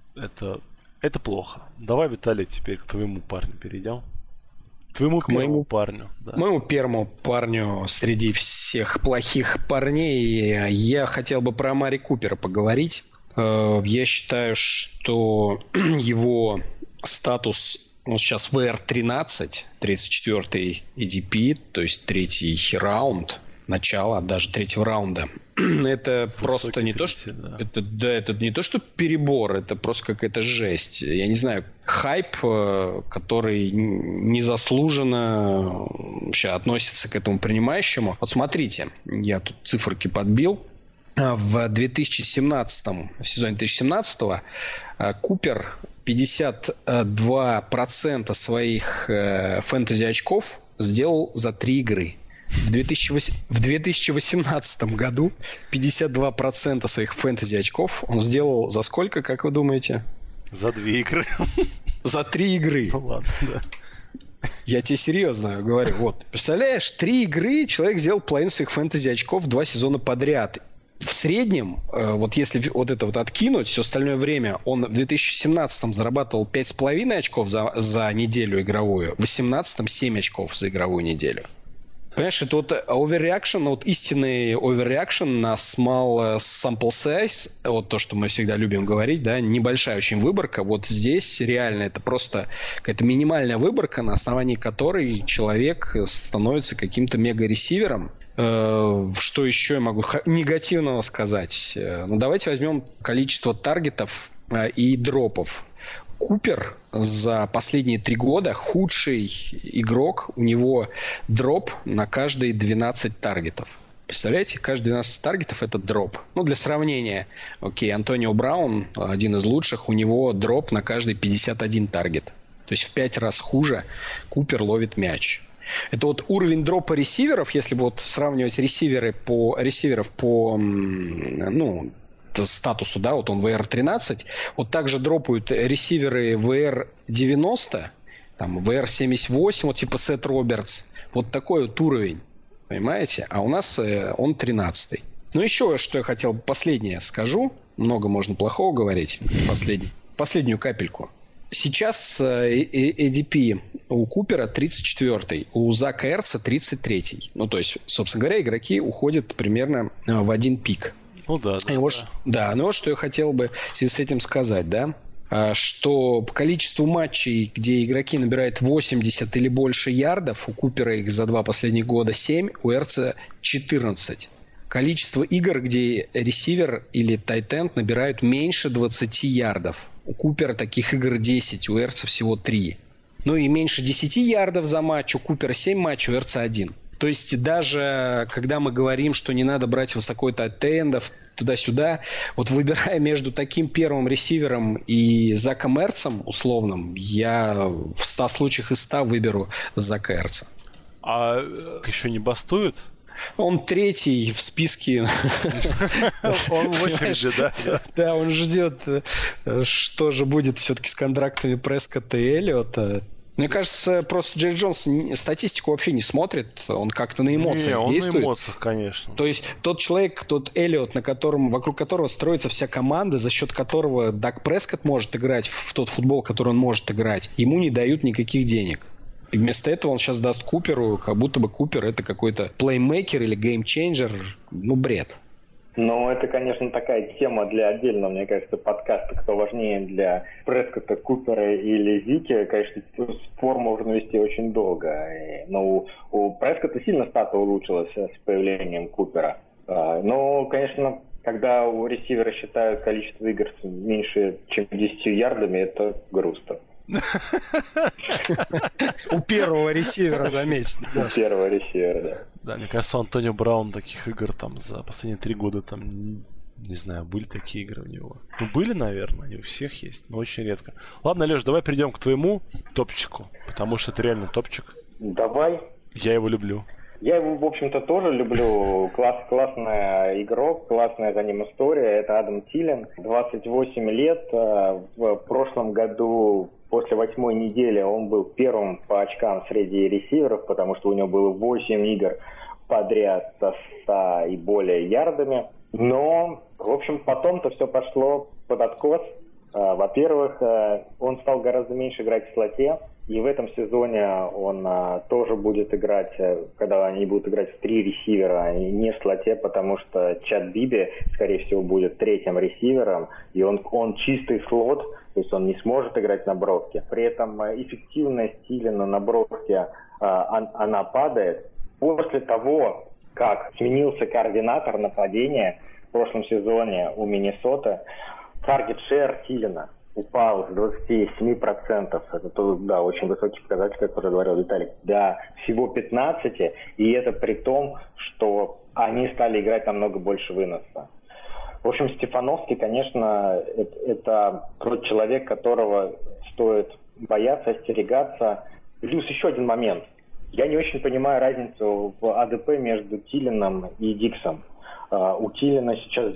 это плохо. Давай, Виталий, теперь к твоему парню перейдем. К моему парню. Да. Моему первому парню среди всех плохих парней я хотел бы про Амари Купера поговорить. Я считаю, что его статус сейчас VR13, 34-й EDP, то есть 3-й раунд, начало даже 3-го раунда. Это высокий просто не 30, то, что... Да. Это не то, что перебор, это просто какая-то жесть. Я не знаю, хайп, который незаслуженно вообще относится к этому принимающему. Вот смотрите, я тут циферки подбил. В 2017, в сезоне 2017-го Купер 52% своих фэнтези-очков сделал за 3 игры. В 2018 году 52% своих фэнтези-очков он сделал за сколько, как вы думаете? За 2 игры. За 3 игры. Ну ладно, да. Я тебе серьезно говорю. Вот, представляешь, 3 игры человек сделал половину своих фэнтези-очков 2 сезона подряд. В среднем, вот если вот это вот откинуть, все остальное время, он в 2017 зарабатывал 5,5 очков за неделю игровую, в 2018 7 очков за игровую неделю. Понимаешь, это вот overreaction, вот истинный overreaction на small sample size, вот то, что мы всегда любим говорить, да, небольшая очень выборка. Вот здесь реально это просто какая-то минимальная выборка, на основании которой человек становится каким-то мега-ресивером. Что еще я могу негативного сказать? Ну, давайте возьмем количество таргетов и дропов. Купер за последние 3 года худший игрок. У него дроп на каждые 12 таргетов. Представляете, каждые 12 таргетов это дроп. Ну, для сравнения, Антонио Браун, один из лучших, у него дроп на каждый 51 таргет. То есть в 5 раз хуже Купер ловит мяч. Это вот уровень дропа ресиверов, если вот сравнивать ресиверов по статусу, да, вот он VR13, вот также дропают ресиверы VR90, там VR78, вот типа Сет Робертс, вот такой вот уровень, понимаете? А у нас он 13-й. Ну еще что я хотел, последнее скажу, много можно плохого говорить, последнюю капельку. Сейчас ADP у Купера 34-й, у Зака Эрца 33-й. Ну, то есть, собственно говоря, игроки уходят примерно в один пик. Ну да. Ну вот что я хотел бы в связи с этим сказать, да, что по количеству матчей, где игроки набирают 80 или больше ярдов, у Купера их за 2 последних года 7, у Эрца 14. Количество игр, где ресивер или тайтенд набирают меньше 20 ярдов. У Купера таких игр 10, у Эрца всего 3. Ну и меньше 10 ярдов за матч, у Купера 7 матчей, у Эрца 1. То есть даже когда мы говорим, что не надо брать высоко тайтендов, туда-сюда, вот выбирая между таким первым ресивером и Заком Эрцем условным, я в 100 случаях из 100 выберу Зака Эрца. А еще не бастует? Он третий в списке. Он в очереди, да? Да, он ждет, что же будет все-таки с контрактами Прескотта и Эллиота. Мне кажется, просто Джей Джонс статистику вообще не смотрит, он как-то на эмоциях действует. Он на эмоциях, конечно. То есть тот человек, тот Эллиот, вокруг которого строится вся команда, за счет которого Даг Прескотт может играть в тот футбол, который он может играть, ему не дают никаких денег. И вместо этого он сейчас даст Куперу, как будто бы Купер это какой-то плеймейкер или геймчейнджер. Ну, бред. Ну, это, конечно, такая тема для отдельного, мне кажется, подкаста, кто важнее для Прескотта, Купера или Зики. Конечно, спор можно вести очень долго. Но у Прескотта сильно стата улучшилась с появлением Купера. Но, конечно, когда у ресивера считают количество игр меньше, чем 10 ярдами, это грустно. У первого ресивера, заметь. У первого ресивера, да. Да, мне кажется, у Антонио Брауна таких игр там за последние 3 года там, не знаю, были такие игры у него. Ну, были, наверное, они у всех есть, но очень редко. Ладно, Леш, давай перейдем к твоему топчику, потому что это реально топчик. Давай. Я его люблю. Я его, в общем-то, тоже люблю. Классный игрок, классная за ним история. Это Адам Тилен, 28 лет. В прошлом году, после 8-й недели, он был первым по очкам среди ресиверов, потому что у него было 8 игр подряд со 100 и более ярдами. Но, в общем, потом-то все пошло под откос. Во-первых, он стал гораздо меньше играть в слоте. И в этом сезоне он тоже будет играть, когда они будут играть в 3 ресивера, а не в слоте, потому что Чад Биби, скорее всего, будет 3-м ресивером, и он чистый слот, то есть он не сможет играть на бровке. При этом эффективность Тилена на бровке, она падает. После того, как сменился координатор нападения в прошлом сезоне у Миннесоты, таргет-шер Тилена упал с 27%. Это, да, очень высокий показатель, как уже говорил Виталик. Да, всего 15, и это при том, что они стали играть намного больше выноса. В общем, Стефановский, конечно, это тот человек, которого стоит бояться, остерегаться. Плюс еще один момент. Я не очень понимаю разницу в АДП между Тиленом и Диксом. У Тилена сейчас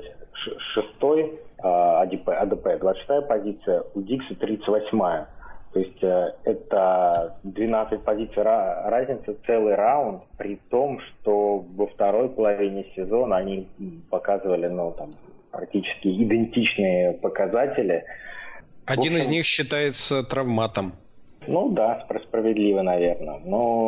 26-й АДП, 26-я позиция, у Дикса 38-я. То есть это 12 позиций разницы, целый раунд, при том, что во второй половине сезона они показывали, практически идентичные показатели. Один из них считается травматом. Ну да, справедливо, наверное.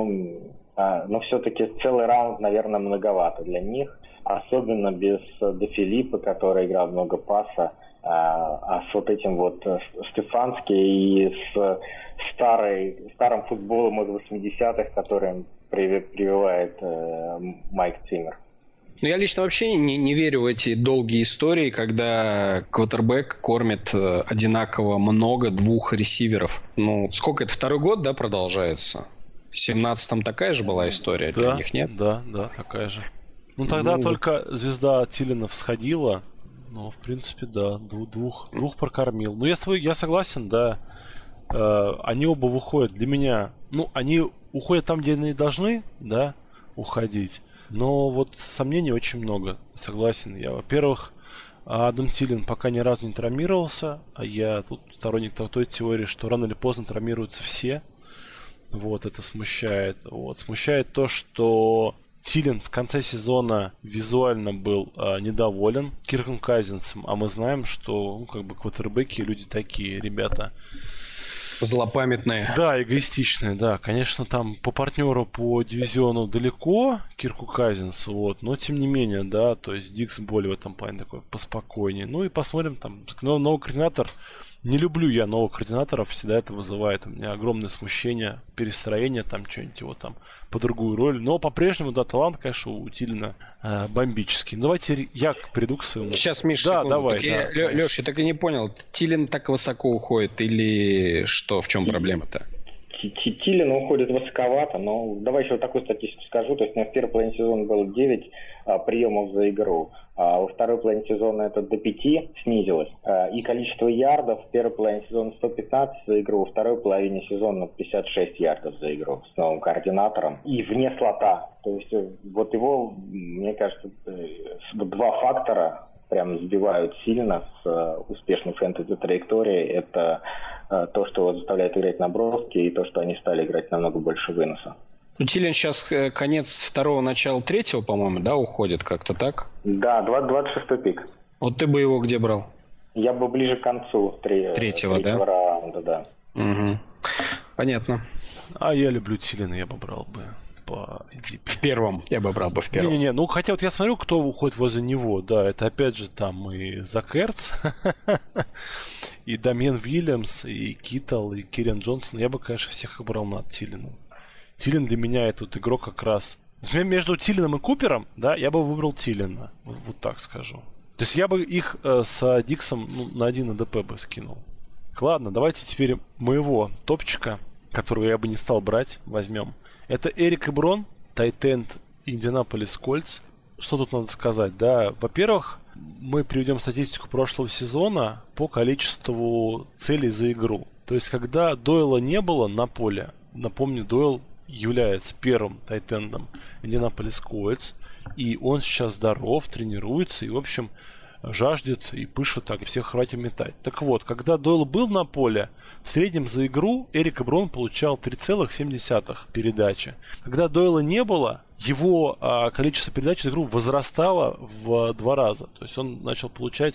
Но все-таки целый раунд, наверное, многовато для них. Особенно без Де Филиппа, который играл много паса, а с вот этим вот Стефански и с старым футболом из 80-х, который прививает Майк Циммер. Ну, я лично вообще не верю в эти долгие истории, когда квотербэк кормит одинаково много 2 ресиверов. Ну, сколько это, 2-й год, да, продолжается? В 17-м такая же была история, для них нет? Да, такая же. Ну, тогда только звезда Тилена всходила. Ну, в принципе, да, двух прокормил. Ну, я согласен, да. Они оба выходят для меня. Ну, они уходят там, где они должны, да, уходить. Но вот сомнений очень много, согласен я. Во-первых, Адам Тилен пока ни разу не травмировался, а я тут сторонник той теории, что рано или поздно травмируются все. Вот, это смущает. Вот, смущает то, что Тилен в конце сезона визуально был недоволен Кирком Казинсом, а мы знаем, что квотербеки люди такие, ребята. Злопамятные. Да, эгоистичные, да. Конечно, там по партнеру по дивизиону далеко Кирку Казинсу, вот, но тем не менее, да, то есть Дикс более в этом плане такой поспокойнее. Ну и посмотрим, там, новый координатор. Не люблю я новых координаторов, всегда это вызывает у меня огромное смущение, перестроение, там, что-нибудь его там по другую роль. Но по-прежнему, да, талант, конечно, у Тилена бомбический. Ну, давайте я приду к своему. Сейчас, Миша, да, секунду. давай. Леш, я так и не понял, Тилен так высоко уходит или что, в чем проблема-то? Тилин уходит высоковато, но давай еще вот такую статистику скажу. То есть в первой половине сезона было 9 приемов за игру, а во второй половине сезона это до 5 снизилось. И количество ярдов в первой половине сезона 115 за игру, во второй половине сезона 56 ярдов за игру с новым координатором. И вне слота. То есть вот его, мне кажется, два фактора прям сбивают сильно с успешной фэнтези-траекторией. Это то, что вот заставляет играть наброски, и то, что они стали играть намного больше выноса. Ну, Тилин сейчас конец второго, начало третьего, по-моему, да, уходит как-то так? Да, 26-й пик. Вот ты бы его где брал? Я бы ближе к концу третьего да? Раунда, да. Угу. Понятно. А я люблю Тилина, я бы брал бы. В первом. Я бы брал бы в первом. Не-не-не, ну хотя вот я смотрю, кто уходит возле него. Да, это опять же там и Зак Эрц, и Дамьен Уильямс, и Киттл, и Кириан Джонсон. Я бы, конечно, всех их брал над Тилином. Тилин для меня этот игрок как раз... Между Тилином и Купером, да, я бы выбрал Тилина. Вот так скажу. То есть я бы их с Диксом на 1 АДП бы скинул. Ладно, давайте теперь моего топчика, которого я бы не стал брать, возьмем. Это Эрик Эброн, тайтенд Индианаполис Кольтс. Что тут надо сказать? Да, во-первых, мы приведем статистику прошлого сезона по количеству целей за игру. То есть, когда Дойла не было на поле, напомню, Дойл является первым тайтендом Индианаполис Кольтс, и он сейчас здоров, тренируется, и, в общем, жаждет и пышет так, всех хватит метать. Так вот, когда Дойл был на поле, в среднем за игру Эрик Эброн получал 3,7 передачи. Когда Дойла не было, его количество передач за игру возрастало в 2 раза. То есть он начал получать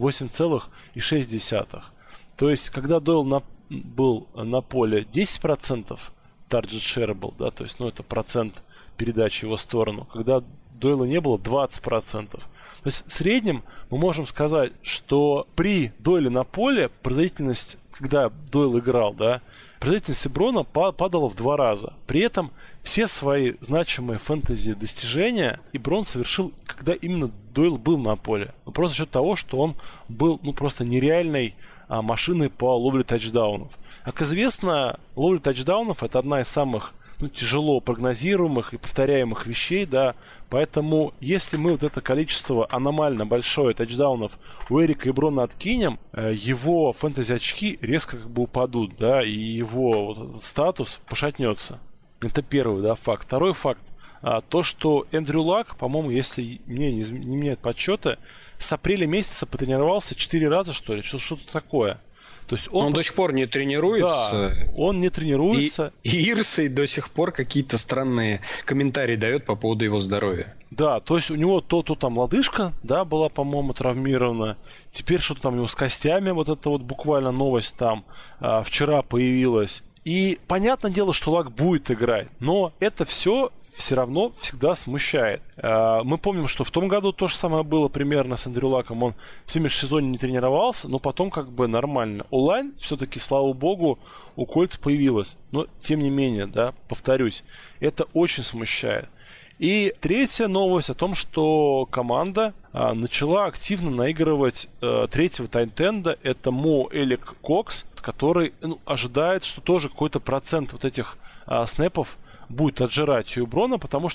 8,6. То есть, когда Дойл был на поле 10%, target share был, да, то есть, это процент передач в его сторону. Когда Дойла не было, 20%. То есть в среднем мы можем сказать, что при Дойле на поле производительность, когда Дойл играл, да, производительность Эброна падала в 2 раза. При этом все свои значимые фэнтези достижения Эброн совершил, когда именно Дойл был на поле. Просто за счет того, что он был просто нереальной машиной по ловле тачдаунов. Как известно, ловля тачдаунов — это одна из самых тяжело прогнозируемых и повторяемых вещей, да, поэтому если мы вот это количество аномально большое тачдаунов у Эрика Эброна откинем, его фэнтези-очки резко как бы упадут, да, и его вот статус пошатнется. Это первый, да, факт. Второй факт, то, что Эндрю Лак, по-моему, если мне не меняют подсчеты, с апреля месяца потренировался 4 раза, что ли, что-то такое. То есть он до сих пор не тренируется. Да, он не тренируется. И Ирсей до сих пор какие-то странные комментарии дает по поводу его здоровья. Да, то есть у него то там лодыжка, да, была, по-моему, травмирована. Теперь что-то там у него с костями, вот это вот буквально новость там вчера появилась. И понятное дело, что Лак будет играть, но это все равно всегда смущает. Мы помним, что в том году то же самое было примерно с Эндрю Лаком. Он в межсезонье не тренировался, но потом как бы нормально. Онлайн все-таки, слава богу, у Кольц появилась. Но, тем не менее, да, повторюсь, это очень смущает. И третья новость о том, что команда начала активно наигрывать третьего тайтенда. Это Мо Элик Кокс, который ожидает, что тоже какой-то процент вот этих снэпов будет отжирать у Эброна, потому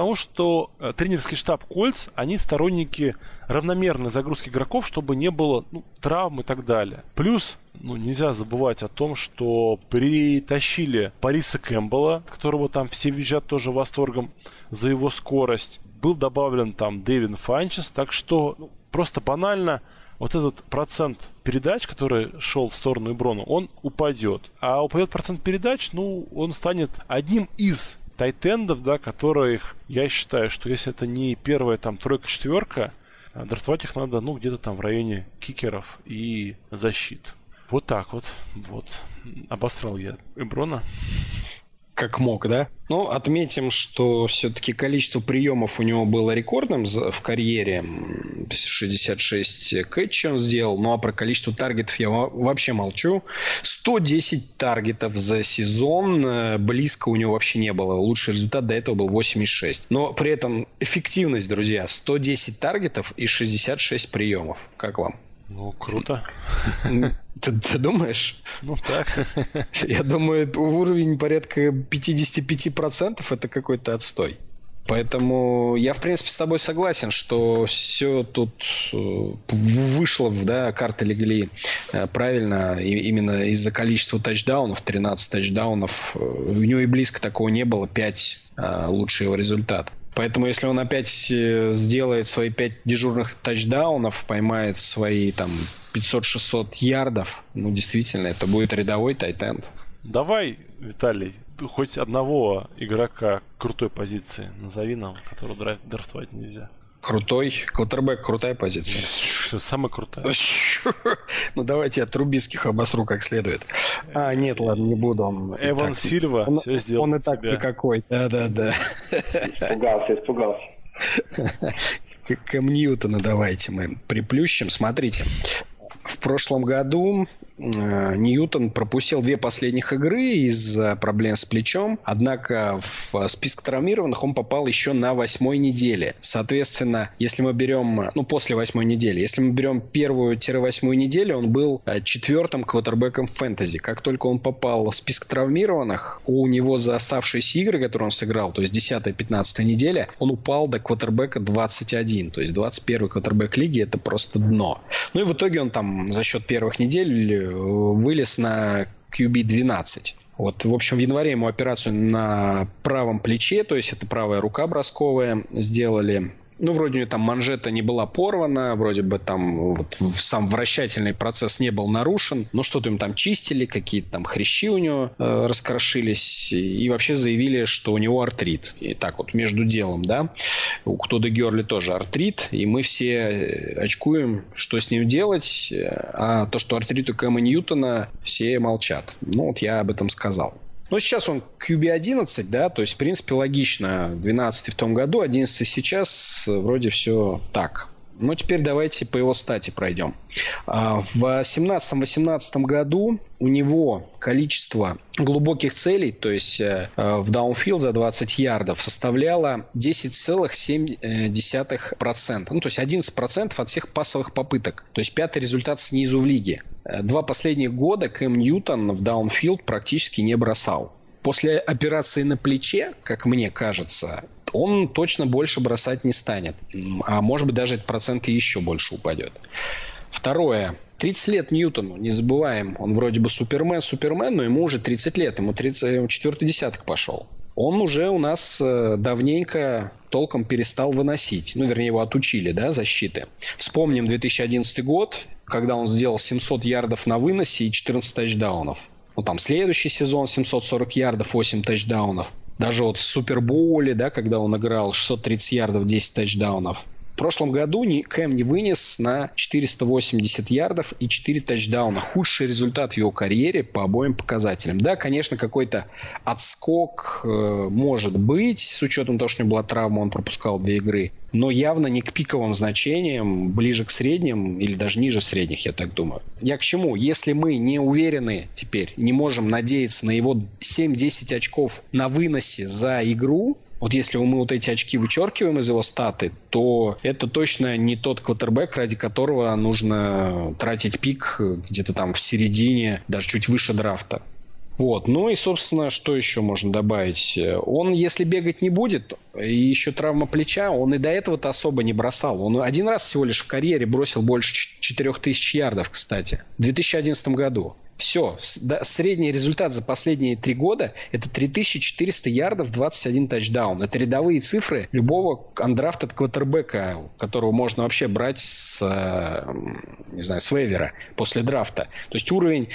что тренерский штаб Кольц, они сторонники равномерной загрузки игроков, чтобы не было травм и так далее. Плюс, нельзя забывать о том, что притащили Париса Кэмпбелла, которого там все визжат тоже восторгом за его скорость. Был добавлен там Дэвин Фанчес, так что просто банально вот этот процент передач, который шел в сторону Эброна, он упадет. А упадет процент передач, он станет одним из тайтендов, да, которых, я считаю, что если это не первая там тройка-четверка, драфтовать их надо, где-то там в районе кикеров и защит. Вот так вот. Обосрал я Эброна. Как мог, да? Отметим, что все-таки количество приемов у него было рекордным в карьере. 66 кэтчей он сделал. А про количество таргетов я вообще молчу. 110 таргетов за сезон. Близко у него вообще не было. Лучший результат до этого был 8,6. Но при этом эффективность, друзья, 110 таргетов и 66 приемов. Как вам? Ну, круто. Ты думаешь? Ну, так. Я думаю, уровень порядка 55% это какой-то отстой. Поэтому я, в принципе, с тобой согласен, что все тут вышло, да, карты легли правильно, именно из-за количества тачдаунов, 13 тачдаунов. У него и близко такого не было, 5 лучший его результат. Поэтому если он опять сделает свои 5 дежурных тачдаунов, поймает свои там 500-600 ярдов, ну, действительно, это будет рядовой тайтенд. Давай, Виталий, хоть одного игрока крутой позиции назови нам, которого драфтовать нельзя. Крутой? Квотербек крутая позиция? Самая крутая. Ну, давайте я Трубицких обосру как следует. Нет, ладно, не буду. Эван Сильва все сделал. Он и так никакой. Да. Испугался. Кэм Ньютона давайте мы приплющим. Смотрите. В прошлом году Ньютон пропустил 2 последних игры из-за проблем с плечом, однако в список травмированных он попал еще на 8-й неделе. Соответственно, если мы берем, после 8-й недели, если мы берем 1-8 неделю, он был 4-м квотербеком в фэнтези. Как только он попал в список травмированных, у него за оставшиеся игры, которые он сыграл, то есть 10-15 неделя, он упал до квотербека 21, то есть 21-й квотербек лиги, это просто дно. Ну и в итоге он там за счет первых недель вылез на QB12. Вот, в общем, в январе ему операцию на правом плече, то есть это правая рука бросковая, сделали. Ну, вроде у него там манжета не была порвана, вроде бы там вот сам вращательный процесс не был нарушен, но что-то им там чистили, какие-то там хрящи у него раскрошились, и вообще заявили, что у него артрит. И так вот между делом, да, у Тода Герли тоже артрит, и мы все очкуем, что с ним делать, а то, что артрит у Кэма Ньютона, все молчат. Ну, вот я об этом сказал. Ну, сейчас он QB11, да, то есть, в принципе, логично. 12 в том году, 11 сейчас, вроде все так. Ну, теперь давайте по его стати пройдем. В 17-18 году у него количество глубоких целей, то есть в даунфилд за 20 ярдов, составляло 10,7%. Ну, то есть 11% от всех пасовых попыток. То есть 5-й результат снизу в лиге. 2 последних года Кэм Ньютон в даунфилд практически не бросал. После операции на плече, как мне кажется, он точно больше бросать не станет. А может быть, даже этот процент еще больше упадет. Второе. 30 лет Ньютону, не забываем. Он вроде бы супермен, но ему уже 30 лет. Ему 4-й десяток пошел. Он уже у нас давненько толком перестал выносить. Ну, вернее, его отучили, да, защиты. Вспомним 2011 год, когда он сделал 700 ярдов на выносе и 14 тачдаунов. Ну, там следующий сезон 740 ярдов, 8 тачдаунов. Даже вот в Супербоуле, да, когда он играл 630 ярдов, 10 тачдаунов. В прошлом году Кэм не вынес на 480 ярдов и 4 тачдауна. Худший результат в его карьере по обоим показателям. Да, конечно, какой-то отскок может быть, с учетом того, что у него была травма, он пропускал 2 игры. Но явно не к пиковым значениям, ближе к средним или даже ниже средних, я так думаю. Я к чему? Если мы не уверены теперь, не можем надеяться на его 7-10 очков на выносе за игру, вот если мы вот эти очки вычеркиваем из его статы, то это точно не тот квотербек, ради которого нужно тратить пик где-то там в середине, даже чуть выше драфта. Вот. Ну и, собственно, что еще можно добавить? Он, если бегать не будет, и еще травма плеча, он и до этого-то особо не бросал. Он один раз всего лишь в карьере бросил больше 4000 ярдов, кстати, в 2011 году. Все, средний результат за последние 3 года – это 3400 ярдов, 21 тачдаун. Это рядовые цифры любого андрафтед квотербека, которого можно вообще брать с вейвера после драфта. То есть уровень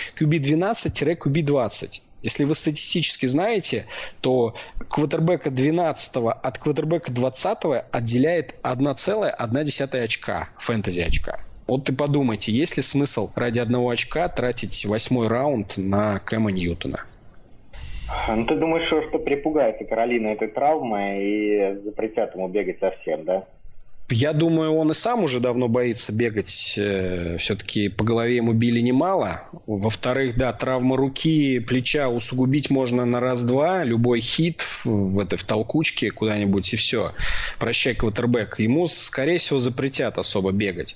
QB12-QB20. Если вы статистически знаете, то квотербека 12 от квотербека 20 отделяет 1,1 очка, фэнтези очка. Вот и подумайте, есть ли смысл ради 1 очка тратить 8-й раунд на Кэма Ньютона? Ну, ты думаешь, что припугается Каролина этой травмой и запретят ему бегать совсем, да? Я думаю, он и сам уже давно боится бегать. Все-таки по голове ему били немало. Во-вторых, да, травма руки, плеча усугубить можно на раз-два. Любой хит в толкучке куда-нибудь, и все. Прощай, квотербек. Ему, скорее всего, запретят особо бегать.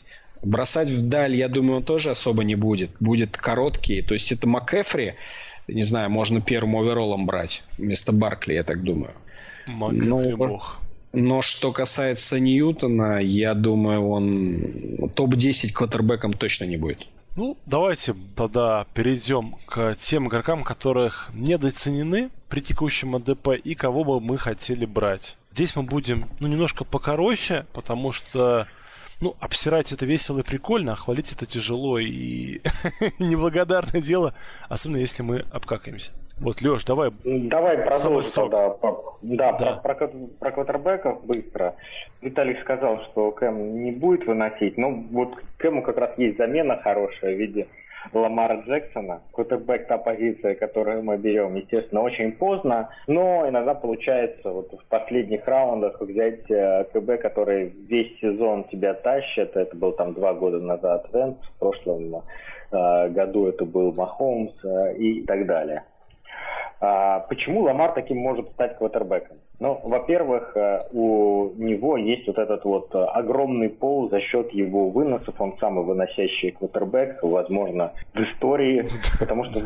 Бросать вдаль, я думаю, он тоже особо не будет. Будет короткий. То есть это МакКэфри, не знаю, можно первым овероллом брать вместо Баркли, я так думаю. МакКэфри бог. Но что касается Ньютона, я думаю, он топ-10 квотербеком точно не будет. Ну, давайте тогда перейдем к тем игрокам, которых недооценены при текущем АДП и кого бы мы хотели брать. Здесь мы будем, немножко покороче, потому что, обсирать это весело и прикольно, а хвалить это тяжело и неблагодарное дело, особенно если мы обкакаемся. Вот, Лёш, давай. Давай продолжим тогда. Про квотербеков быстро. Виталик сказал, что Кэм не будет выносить. Вот Кэму как раз есть замена хорошая в виде Ламара Джексона. Квотербек — та позиция, которую мы берем, естественно, очень поздно. Но иногда получается вот в последних раундах взять КБ, который весь сезон тебя тащит. Это был там 2 года назад Венс, в прошлом году это был Махомс и так далее. Почему Ламар таким может стать квотербеком? Во-первых, у него есть вот этот вот огромный пол за счет его выносов. Он самый выносящий квотербек, возможно, в истории. Потому что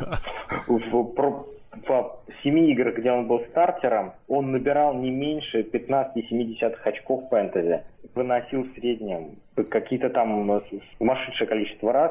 в 7 играх, где он был стартером, он набирал не меньше 15,7 очков в фэнтези. Выносил в среднем какие-то там сумасшедшее количество раз.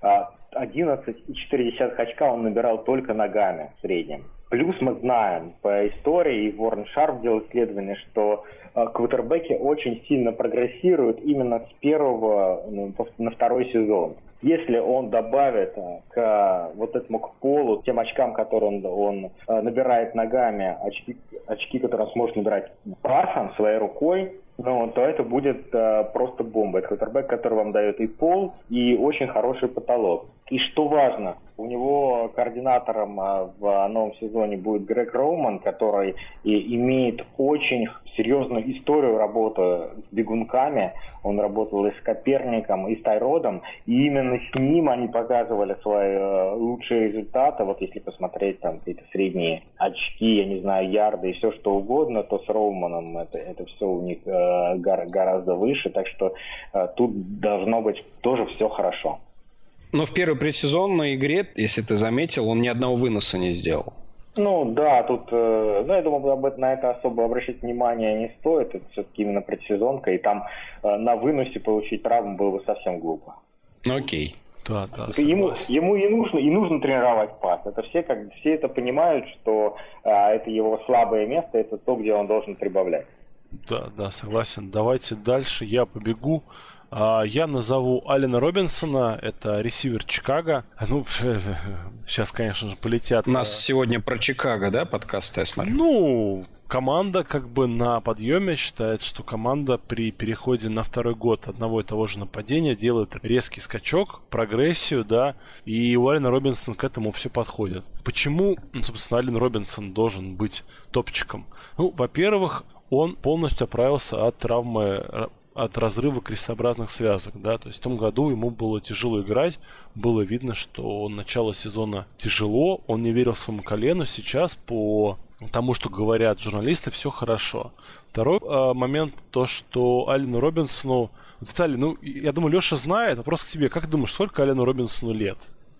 11,4 очка он набирал только ногами в среднем. Плюс мы знаем по истории, и Уоррен Шарп делал исследование, что квотербеки очень сильно прогрессируют именно с первого на второй сезон. Если он добавит к вот этому к полу, тем очкам, которые он набирает ногами, очки, которые он сможет набирать пасом, своей рукой, то это будет просто бомба. Это квотербек, который вам дает и пол, и очень хороший потолок. И что важно, у него координатором в новом сезоне будет Грег Роуман, который имеет очень серьезную историю работы с бегунками. Он работал и с Коперником, и с Тайродом. И именно с ним они показывали свои лучшие результаты. Вот если посмотреть там какие-то средние очки, я не знаю, ярды и все что угодно, то с Роуманом это все у них гораздо выше. Так что тут должно быть тоже все хорошо. Но в первой предсезонной игре, если ты заметил, он ни одного выноса не сделал. Да, тут, я думаю, на это особо обращать внимание не стоит. Это все-таки именно предсезонка, и там на выносе получить травму было бы совсем глупо. Окей. Да, ему и нужно тренировать пас. Это все это понимают, что это его слабое место, это то, где он должен прибавлять. Да, согласен. Давайте дальше я побегу. Я назову Аллена Робинсона, это ресивер Чикаго. Сейчас, конечно же, полетят. У нас сегодня про Чикаго, да, подкаст, я смотрю? Команда как бы на подъеме. Считается, что команда при переходе на второй год одного и того же нападения делает резкий скачок, прогрессию, да, и у Аллена Робинсона к этому все подходит. Почему, собственно, Аллен Робинсон должен быть топчиком? Во-первых, он полностью оправился от травмы, от разрыва крестообразных связок, да, то есть в том году ему было тяжело играть, было видно, что начало сезона тяжело, он не верил своему колену, сейчас по тому, что говорят журналисты, все хорошо. Второй момент, то, что Аллену Робинсону, Виталий, я думаю, Леша знает, вопрос к тебе, как думаешь, сколько Аллену Робинсону лет?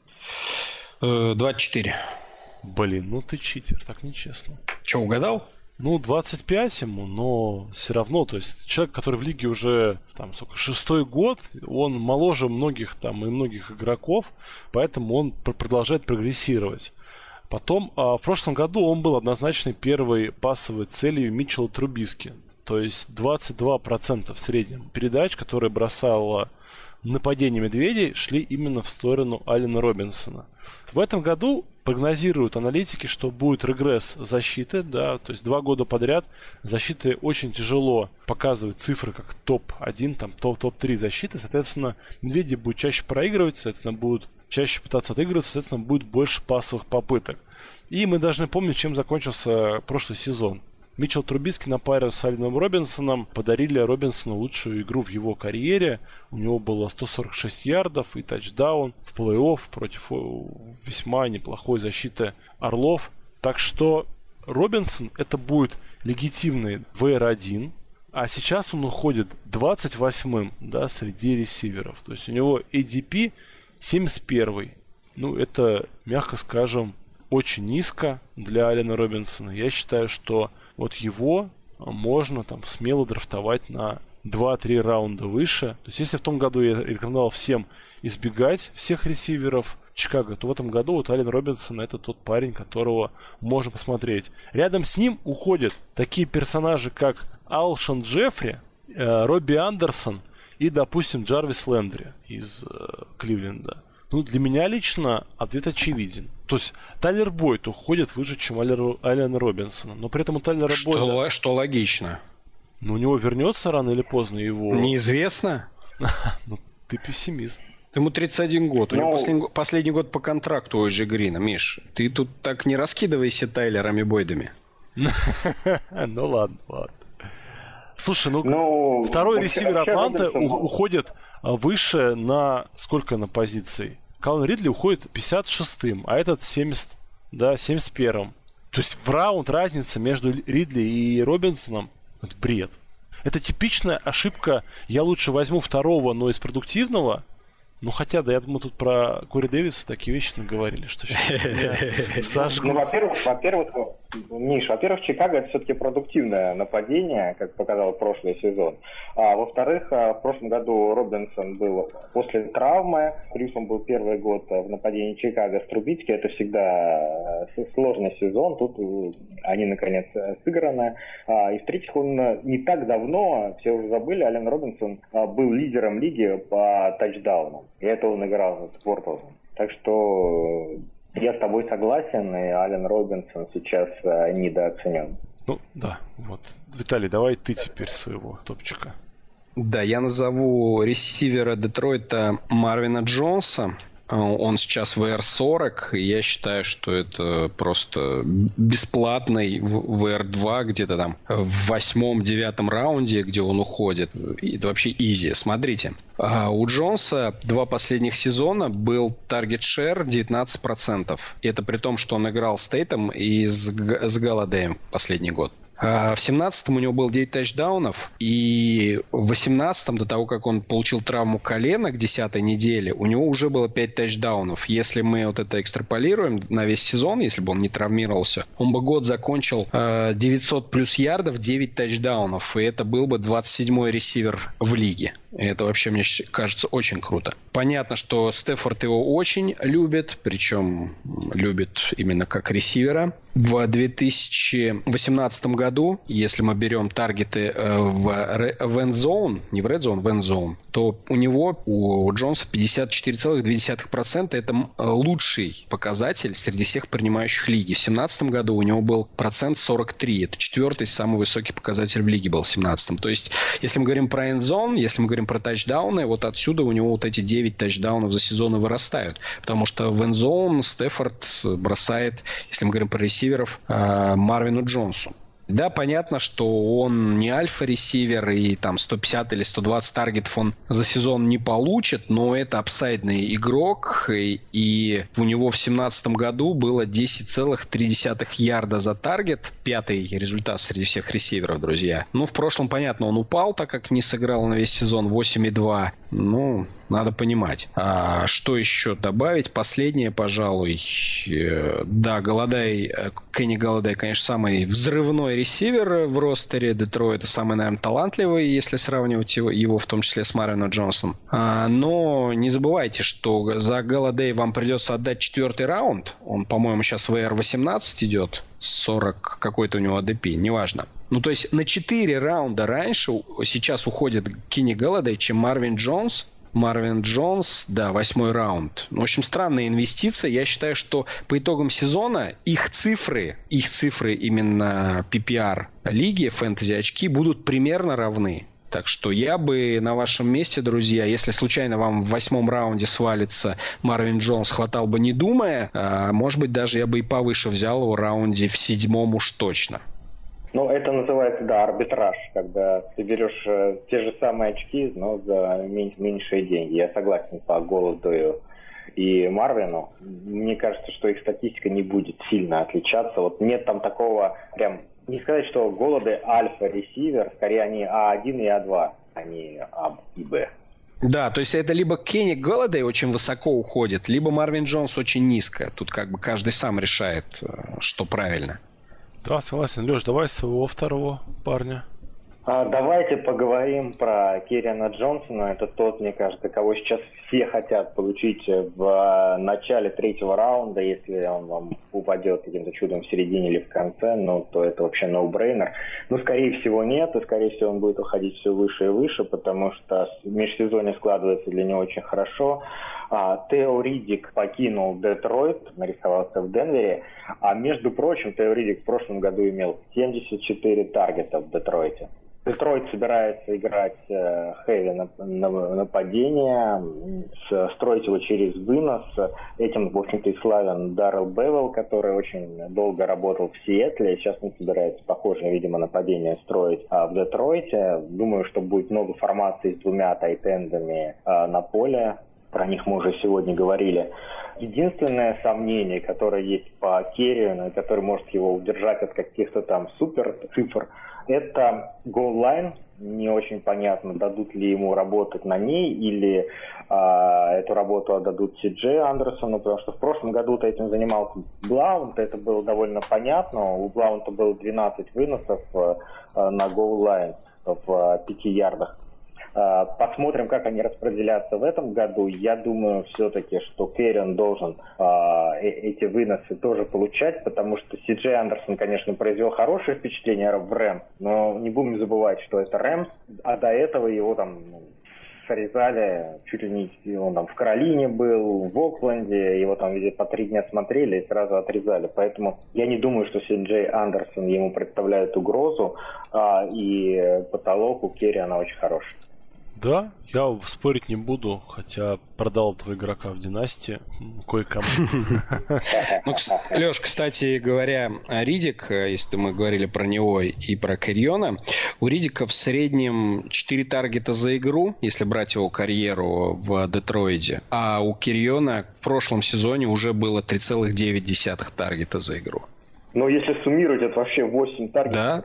24. Блин, ты читер, так нечестно. Че, угадал? 25 ему, но все равно, то есть человек, который в лиге уже, 6-й год, он моложе многих и многих игроков, поэтому он продолжает прогрессировать. Потом, в прошлом году он был однозначно первой пассовой целью Митчелла Трубиски, то есть 22% в среднем передач, которые бросало нападение медведей, шли именно в сторону Аллена Робинсона. В этом году прогнозируют аналитики, что будет регресс защиты, да, то есть 2 года подряд защиты очень тяжело показывать цифры как топ-1, топ-3 защиты, соответственно, медведи будут чаще проигрывать, соответственно, будут чаще пытаться отыгрывать, соответственно, будет больше пассовых попыток. И мы должны помнить, чем закончился прошлый сезон. Митчелл Трубиски на паре с Алленом Робинсоном подарили Робинсону лучшую игру в его карьере. У него было 146 ярдов и тачдаун в плей-офф против весьма неплохой защиты Орлов. Так что Робинсон это будет легитимный ВР-1, А сейчас он уходит 28-м, да, среди ресиверов. То есть у него ADP 71-й. Ну, это, мягко скажем, очень низко для Алена Робинсона. Я считаю, что вот его можно там смело драфтовать на 2-3 раунда выше. То есть если в том году я рекомендовал всем избегать всех ресиверов Чикаго, то в этом году вот Ален Робинсон — это тот парень, которого можно посмотреть. Рядом с ним уходят такие персонажи, как Алшон Джеффри, Робби Андерсон и, допустим, Джарвис Лендри из Кливленда. Ну, для меня лично ответ очевиден. То есть Тайлер Бойд уходит выше, чем Ален Робинсон. Но при этом у Тайлера Бойда... Что логично. Ну, у него вернется рано или поздно его... Неизвестно. Ну, ты пессимист. Ему 31 год. У него последний год по контракту у AJ Грина. Миш, ты тут так не раскидывайся Тайлерами Бойдами. Ну ладно. Слушай, второй ресивер Атланты уходит выше на сколько на позиций? Калвин Ридли уходит 56-м, а этот 71-м. То есть в раунд разница между Ридли и Робинсоном — это бред. Это типичная ошибка. Я лучше возьму второго, но из продуктивного. Ну, хотя, да, я думаю, тут про Кори Дэвиса такие вещи наговорили, что сейчас сожгут. Ну, во-первых, Миш, во-первых, Чикаго — это все-таки продуктивное нападение, как показал прошлый сезон. А во-вторых, в прошлом году Робинсон был после травмы, плюс он был первый год в нападении Чикаго с Трубицки. Это всегда сложный сезон, тут они, наконец, сыграны. И в-третьих, он не так давно, все уже забыли, Ален Робинсон был лидером лиги по тачдаунам. И это он играл с Бортлзом. Так что я с тобой согласен, и Ален Робинсон сейчас недооценен. Ну, да, вот. Виталий, давай ты теперь своего топчика. Да, я назову ресивера Детройта Марвина Джонса. Он сейчас в VR40, и я считаю, что это просто бесплатный в VR2, где-то там в 8-9 раунде, где он уходит. И это вообще изи. Смотрите, у Джонса 2 последних сезона был таргет-шер 19%. И это при том, что он играл с Тейтом и с Галладеем последний год. В 17-м у него было 9 тачдаунов, и в 18-м, до того, как он получил травму колена к 10-й неделе, у него уже было 5 тачдаунов. Если мы вот это экстраполируем на весь сезон, если бы он не травмировался, он бы год закончил 900 плюс ярдов, 9 тачдаунов, и это был бы 27-й ресивер в лиге. И это вообще, мне кажется, очень круто. Понятно, что Стефорд его очень любит, причем любит именно как ресивера. В 2018 году, если мы берем таргеты в end zone, не в red zone, в end zone, то у Джонса 54,2%. Это лучший показатель среди всех принимающих лиги. В 2017 году у него был процент 43. Это 4-й самый высокий показатель в лиге был в 2017. То есть, если мы говорим про end zone, если мы говорим про тачдауны, вот отсюда у него вот эти 9 тачдаунов за сезон и вырастают. Потому что в end zone Стефорд бросает, если мы говорим про ресиверов, Марвину Джонсу. Да, понятно, что он не альфа-ресивер, и там 150 или 120 таргетов он за сезон не получит, но это апсайдный игрок, и у него в 2017 году было 10,3 ярда за таргет, 5-й результат среди всех ресиверов, друзья. Ну, в прошлом, понятно, он упал, так как не сыграл на весь сезон 8,2. Ну, надо понимать. А что еще добавить? Последнее, пожалуй. Да, Кенни Галладей, конечно, самый взрывной ресивер в ростере Детройта, самый, наверное, талантливый, если сравнивать его в том числе с Марвином Джонсом. Но не забывайте, что за Галладей вам придется отдать 4-й раунд. Он, по-моему, сейчас в VR18 идет. 40 какой-то у него ADP, неважно. Ну, то есть на 4 раунда раньше сейчас уходит Кенни Галладей, чем Марвин Джонс. Марвин Джонс, да, 8-й раунд. В общем, странная инвестиция. Я считаю, что по итогам сезона их цифры именно PPR лиги, фэнтези-очки, будут примерно равны. Так что я бы на вашем месте, друзья, если случайно вам в 8-м раунде свалится Марвин Джонс, хватал бы не думая, может быть, даже я бы и повыше взял его в раунде в 7-м уж точно. Ну, это называется, да, арбитраж, когда ты берешь те же самые очки, но за меньшие деньги. Я согласен по Голладею и Марвину. Мне кажется, что их статистика не будет сильно отличаться. Вот нет там такого прям Не сказать, что Голладей альфа-ресивер, скорее они А1 и А2, а не А и Б. Да, то есть это либо Кенни Голладей очень высоко уходит, либо Марвин Джонс очень низко. Тут как бы каждый сам решает, что правильно. Да, согласен. Леш, давай своего второго парня. Давайте поговорим про Керриана Джонсона. Это тот, мне кажется, кого сейчас все хотят получить в начале третьего раунда. Если он вам упадет каким-то чудом в середине или в конце, ну, то это вообще no-brainer. Ну, скорее всего, нет. И, скорее всего, он будет уходить все выше и выше, потому что межсезонье складывается для него очень хорошо. Тео Ридик покинул Детройт, нарисовался в Денвере. А между прочим, Тео Ридик в прошлом году имел 74 таргета в Детройте. Детройт собирается играть хэви нападение, строить его через вынос. Этим, в общем-то, и славен Даррел Бевелл, который очень долго работал в Сиэтле. Сейчас он собирается похожее, видимо, нападение строить в Детройте. Думаю, что будет много формаций с двумя тайтендами на поле. Про них мы уже сегодня говорили. Единственное сомнение, которое есть по Керриану, которое может его удержать от каких-то там супер цифр, это goal-line. Не очень понятно, дадут ли ему работать на ней или эту работу отдадут Си-Джей Андерсону, потому что в прошлом году-то этим занимался Блаунт, это было довольно понятно. У Блаунта было 12 выносов на goal-line в 5 ярдах. Посмотрим, как они распределятся в этом году. Я думаю все-таки, что Керриан должен эти выносы тоже получать, потому что Си-Джей Андерсон, конечно, произвел хорошее впечатление в Рэмс, но не будем забывать, что это Рэмс, а до этого его там срезали, чуть ли не он там в Каролине был, в Окленде, его там везде по 3 дня смотрели и сразу отрезали. Поэтому я не думаю, что Си-Джей Андерсон ему представляет угрозу, и потолок у Керриана очень хороший. Да, я спорить не буду, хотя продал этого игрока в династии кое-кому. Леш, кстати говоря, Ридик, если мы говорили про него и про Керриона, у Ридика в среднем 4 таргета за игру, если брать его карьеру в Детройте, а у Керриона в прошлом сезоне уже было 3,9 таргета за игру. Но если суммировать, это вообще 8 таргетов.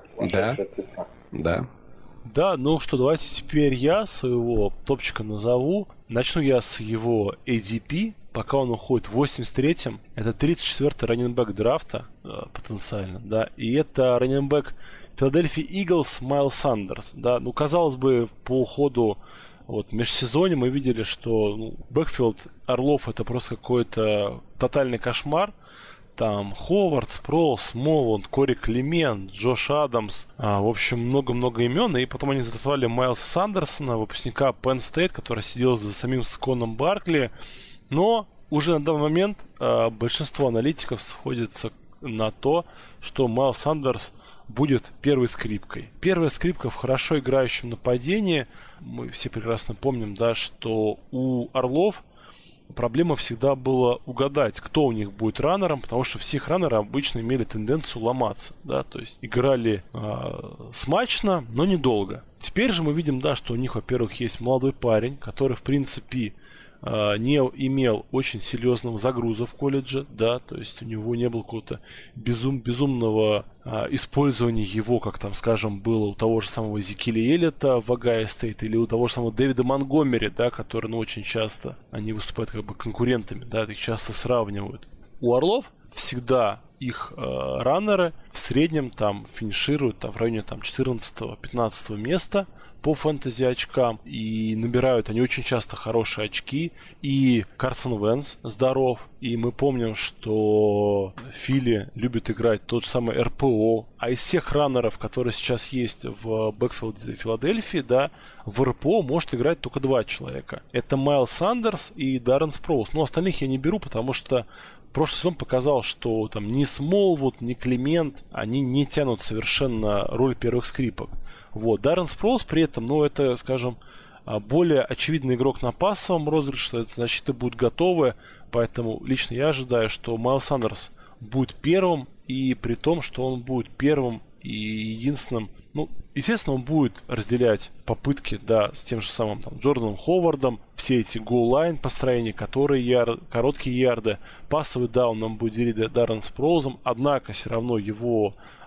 Да. Да, ну что, давайте теперь я своего топчика назову. Начну я с его ADP, пока он уходит в 83-м. Это 34-й раннинбэк драфта потенциально, да. И это раннинбэк Филадельфия Иглс Майлз Сандерс, да. Ну, казалось бы, по ходу в межсезонье мы видели, что бэкфилд Орлов это просто какой-то тотальный кошмар. Там Ховард, Спролс, Моланд, Кори Клемент, Джош Адамс. В общем, много-много имен. И потом они задрафтовали Майлса Сандерсона, выпускника Penn State, который сидел за самим Сконом Баркли. Но уже на данный момент большинство аналитиков сходится на то, что Майлс Сандерс будет первой скрипкой. Первая скрипка в хорошо играющем нападении. Мы все прекрасно помним, да, что у Орлов проблема всегда была угадать, кто у них будет раннером, потому что все их раннеры обычно имели тенденцию ломаться, да, то есть играли смачно, но недолго. Теперь же мы видим, да, что у них, во-первых, есть молодой парень, который, в принципе, не имел очень серьезного загруза в колледже, да, то есть у него не было какого-то безумного использования его, как там, скажем, было у того же самого Зикиля Эллиота в Огайо Стейт или у того же самого Дэвида Монгомери, да, который, очень часто они выступают как бы конкурентами, да, их часто сравнивают. У Орлов всегда их раннеры в среднем там финишируют там, в районе там 14-15 места по фэнтези очкам, и набирают они очень часто хорошие очки, и Карсон Венс здоров, и мы помним, что Фили любит играть тот же самый РПО, а из всех раннеров, которые сейчас есть в бэкфилде Филадельфии, да, в РПО может играть только 2 человека. Это Майлз Сандерс и Даррен Спроулс. Но остальных я не беру, потому что прошлый сезон показал, что там ни Смолвуд, ни Клемент, они не тянут совершенно роль первых скрипок. Вот. Даррен Спроулс при этом, это, скажем, более очевидный игрок на пассовом розыгрыше, защиты будут готовы, поэтому лично я ожидаю, что Майлз Сандерс будет первым, и при том, что он будет первым и единственным, естественно, он будет разделять попытки, да, с тем же самым там Джорданом Ховардом, все эти гоу-лайн построения, которые короткие ярды, пассовый даун нам будет делить Даррен Спроулзом, однако все равно его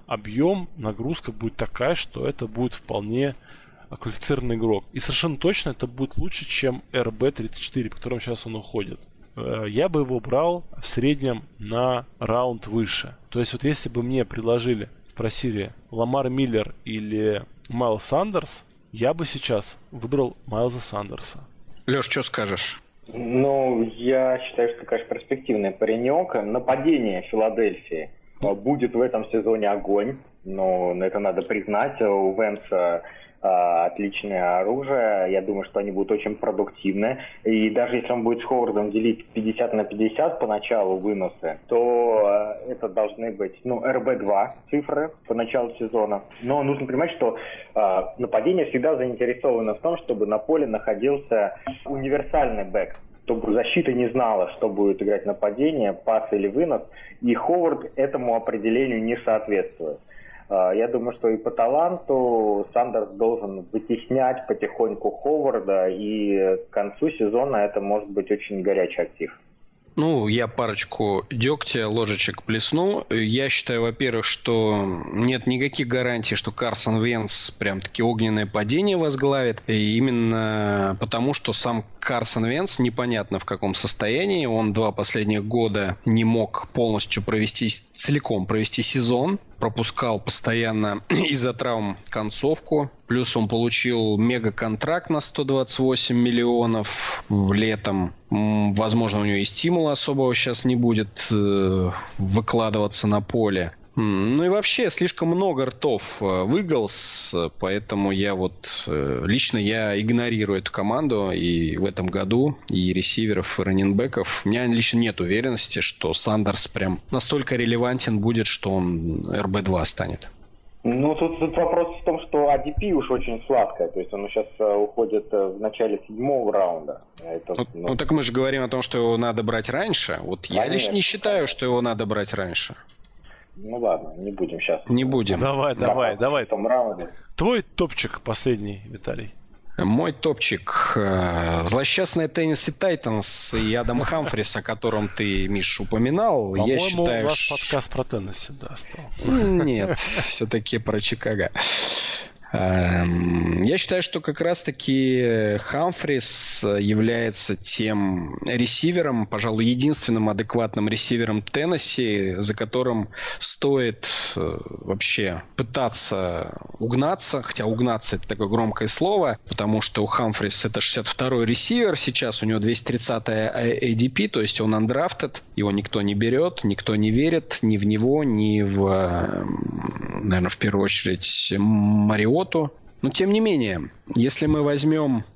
объем, нагрузка будет такая, что это будет вполне квалифицированный игрок. И совершенно точно это будет лучше, чем РБ-34, по которому сейчас он уходит. Я бы его брал в среднем на раунд выше. То есть вот если бы мне предложили, спросили Ламар Миллер или Майлз Сандерс, я бы сейчас выбрал Майлза Сандерса. Леш, что скажешь? Ну, я считаю, что, конечно, перспективный паренек. Нападение Филадельфии будет в этом сезоне огонь. Но это надо признать. У Венса отличное оружие. Я думаю, что они будут очень продуктивны. И даже если он будет с Ховардом делить 50 на 50 поначалу выносы, то это должны быть, РБ-2 цифры по началу сезона. Но нужно понимать, что нападение всегда заинтересовано в том, чтобы на поле находился универсальный бэк, чтобы защита не знала, что будет играть нападение, пас или вынос. И Ховард этому определению не соответствует. Я думаю, что и по таланту Сандерс должен вытеснять потихоньку Ховарда, и к концу сезона это может быть очень горячий актив. Ну, я парочку дегтя, ложечек плесну. Я считаю, во-первых, что нет никаких гарантий, что Карсон Венц прям-таки огненное падение возглавит. И именно потому, что сам Карсон Венц непонятно в каком состоянии. Он 2 последних года не мог полностью целиком провести сезон. Пропускал постоянно из-за травм концовку. Плюс он получил мега-контракт на 128 миллионов летом. Возможно, у него и стимула особого сейчас не будет выкладываться на поле. Ну и вообще, слишком много ртов в Eagles, поэтому лично я игнорирую эту команду и в этом году, и ресиверов, и раннинбеков. У меня лично нет уверенности, что Сандерс прям настолько релевантен будет, что он РБ-2 станет. Ну, тут вопрос в том, что ADP уж очень сладкая, то есть он сейчас уходит в начале 7-го раунда. Ну, так мы же говорим о том, что его надо брать раньше. Вот я лично не считаю, что его надо брать раньше. Ну ладно, не будем сейчас. Не будем. Давай. В том раунде. Твой топчик последний, Виталий. Мой топчик. Злосчастные Теннесси Тайтанс и Адам Хамфрис, о котором ты, Миш, упоминал. По-моему, я считаю, у нас подкаст про Теннесси, стал. Нет, все-таки про Чикаго. Я считаю, что как раз-таки Хамфрис является тем ресивером, пожалуй, единственным адекватным ресивером Теннесси, за которым стоит вообще пытаться угнаться, хотя угнаться это такое громкое слово, потому что у Хамфрис это 62-й ресивер, сейчас у него 230-я ADP, то есть он undrafted, его никто не берет, никто не верит ни в него, ни в, наверное, в первую очередь Мариоту. Но, тем не менее, если мы возьмем,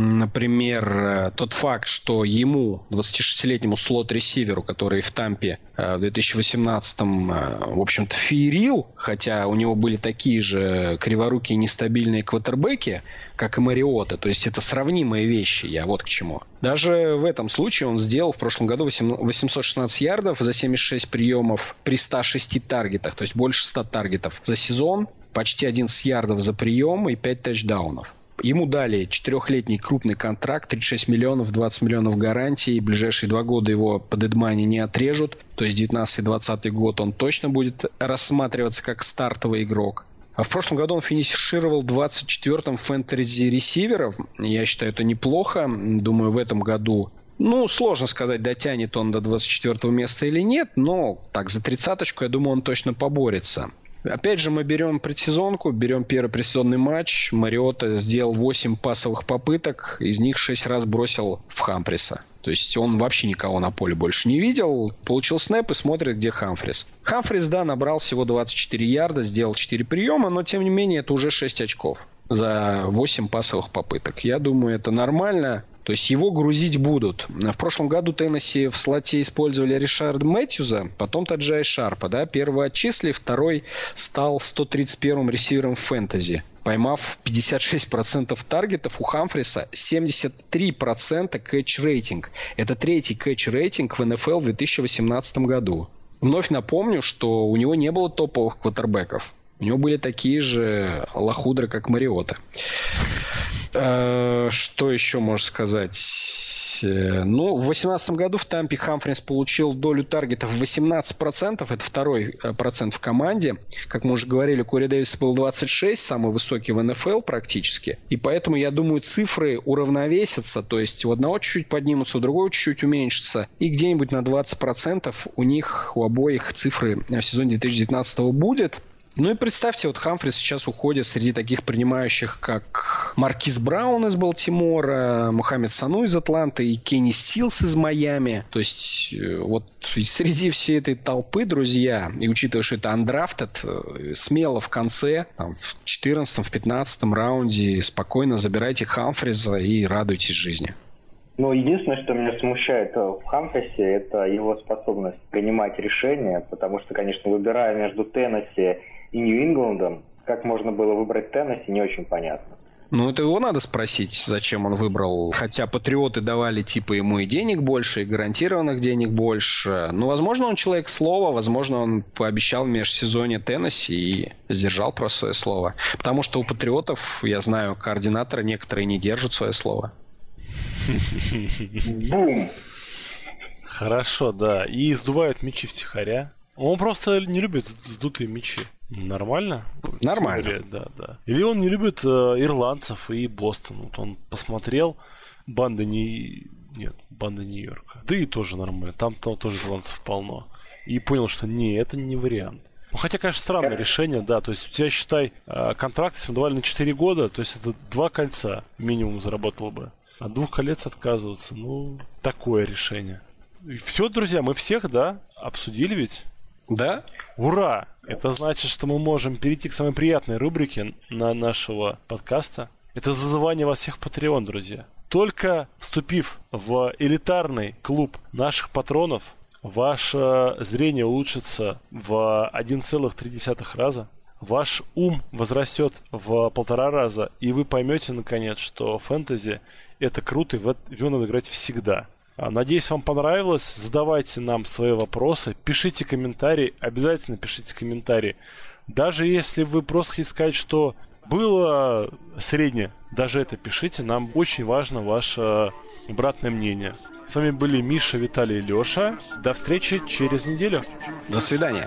например, тот факт, что ему, 26-летнему слот-ресиверу, который в Тампе в 2018-м, в общем-то, феерил, хотя у него были такие же криворукие нестабильные квотербеки, как и Мариота, то есть это сравнимые вещи, я вот к чему. Даже в этом случае он сделал в прошлом году 816 ярдов за 76 приемов при 106 таргетах, то есть больше 100 таргетов за сезон, почти 11 ярдов за прием и 5 тачдаунов. Ему дали 4-летний крупный контракт, 36 миллионов, 20 миллионов гарантий. В ближайшие 2 года его по дедмане не отрежут. То есть 19-20 год он точно будет рассматриваться как стартовый игрок. А в прошлом году он финишировал 24-м в фэнтези ресиверов. Я считаю, это неплохо. Думаю, в этом году, сложно сказать, дотянет он до 24-го места или нет. Но так, за 30-очку, я думаю, он точно поборется. Опять же, мы берем предсезонку, берем первый предсезонный матч. Мариота сделал 8 пасовых попыток, из них 6 раз бросил в Хамфриса. То есть он вообще никого на поле больше не видел. Получил снэп и смотрит, где Хамфрис. Хамфрис, набрал всего 24 ярда, сделал 4 приема, но тем не менее это уже 6 очков за 8 пасовых попыток. Я думаю, это нормально. То есть его грузить будут. В прошлом году Теннесси в слоте использовали Ришарда Мэтьюза, потом Таджая Шарпа. Первый отчислили, второй стал 131-м ресивером в фэнтези. Поймав 56% таргетов, у Хамфриса 73% кэтч-рейтинг. Это 3-й кэтч-рейтинг в НФЛ в 2018 году. Вновь напомню, что у него не было топовых квотербеков. У него были такие же лохудры, как Мариота. Что еще можно сказать? Ну, в 2018 году в Тампе Хамфрис получил долю таргетов 18%. Это второй процент в команде. Как мы уже говорили, Кори Дэвис был 26, самый высокий в НФЛ практически. И поэтому, я думаю, цифры уравновесятся. То есть у одного чуть-чуть поднимутся, у другого чуть-чуть уменьшатся. И где-нибудь на 20% у них, у обоих цифры в сезоне 2019 будет. Ну и представьте, вот Хамфрис сейчас уходит среди таких принимающих, как Маркиз Браун из Балтимора, Мухаммед Сану из Атланты и Кенни Стилс из Майами. То есть вот среди всей этой толпы, друзья, и учитывая, что это undrafted, смело в конце, там, в 14-м, в 15-м раунде спокойно забирайте Хамфриса и радуйтесь жизни. Ну, единственное, что меня смущает в Хамфрисе, это его способность принимать решения, потому что, конечно, выбирая между Теннесси и Нью-Ингландом, как можно было выбрать Теннесси, не очень понятно. Ну, это его надо спросить, зачем он выбрал. Хотя патриоты давали типа ему и денег больше, и гарантированных денег больше. Ну, возможно, он человек слова, возможно, он пообещал в межсезонье Теннесси и сдержал просто свое слово. Потому что у патриотов, я знаю, координаторы некоторые не держат свое слово. Бум! Хорошо, да. И сдувают мячи втихаря. Он просто не любит сдутые мячи. Нормально? Нормально. Да. Или он не любит ирландцев и Бостон. Вот он посмотрел банды Нью-Йорка. Да и тоже нормально. Там тоже ирландцев полно. И понял, что это не вариант. Ну, хотя, конечно, странное решение, да. То есть у тебя, считай, контракт, если мы давали на 4 года, то есть это 2 кольца минимум заработало бы. От 2 колец отказываться, такое решение. И все, друзья, мы всех, обсудили ведь? Да. Ура! Это значит, что мы можем перейти к самой приятной рубрике нашего подкаста. Это зазывание вас всех в Patreon, друзья. Только вступив в элитарный клуб наших патронов, ваше зрение улучшится в 1,3 раза. Ваш ум возрастет в 1,5 раза, и вы поймете, наконец, что фэнтези – это круто, и в него надо играть всегда. Надеюсь, вам понравилось. Задавайте нам свои вопросы, пишите комментарии, обязательно пишите комментарии. Даже если вы просто хотите сказать, что было среднее, даже это пишите. Нам очень важно ваше обратное мнение. С вами были Миша, Виталий и Леша. До встречи через неделю. До свидания.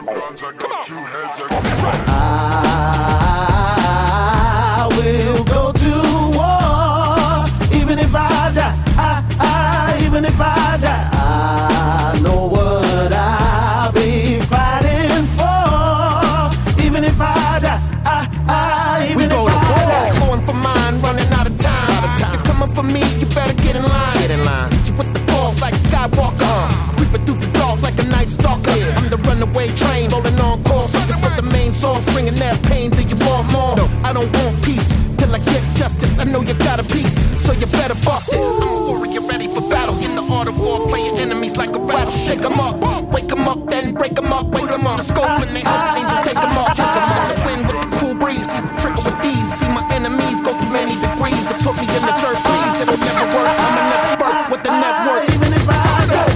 I will go to war, even if I die. Even if I die, I know what I'll be fighting for. Even if I die, even if I die. Going for mine, running out of time. You're coming for me, you better get in line. Get in line. You with the balls like Skywalker. Creeping through the dark like a night stalker. I'm the runaway train, rolling on course. Looking for the main source, bringing that pain. Do you want more? No, I don't want peace. Till I get justice, I know you got a piece, so you better bust it. I'm a warrior ready for battle. In the art of war, play your enemies like a rattle. Shake 'em up, wake 'em up, then break 'em up, wake 'em up. The scope and they hope, angels take 'em up, take 'em up. The wind with the cool breeze, see the trigger with ease. See my enemies go through many degrees. They put me in the third please, it'll never work. I'm an expert with the network. Even if I die,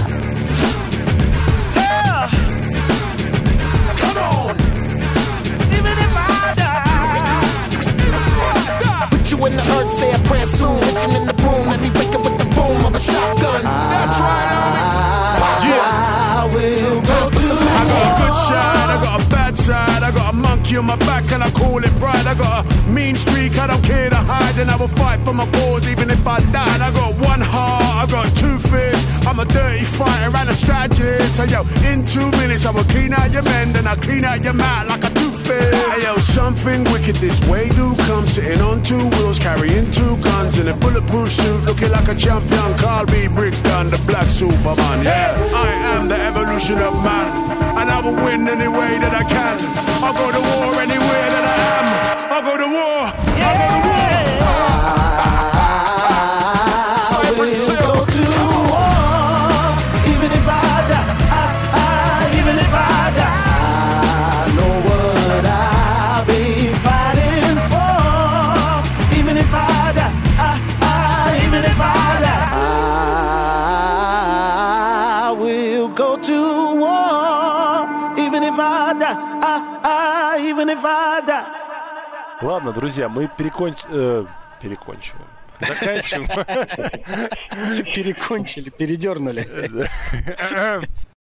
Come on! even if I die. Put you in the earth, say a prayer soon. Hit you in the room, let me wake up with the boom of a shotgun. That's right, I will go to I got a good war. side, I got a bad side, I got a monkey on my back and I call it pride. I got a mean streak, I don't care to hide, and I will fight for my cause even if I die. And I got one heart, I got 2 fists, I'm a dirty fighter and a strategist. So yo, in 2 minutes I will clean out your men, then I clean out your mouth like a toothpick. Hey yo, something wicked this way do come, sitting on 2 wheels, carrying 2 guns in a bulletproof suit, looking like a champion. Carl B. Brixton, the black Superman. Yeah, I am the evolution of man, and I will win any way that I can. I'll go to war anywhere that I am. I'll go to war. I'll go to war. I will go to war, even if I die. Even if I die, I know what I'll be fighting for. Even if I die, even if I die, I will go to war, even if I die. Even if I die. Ладно, друзья, мы перекончиваем. Заканчиваем. Перекончили, передернули.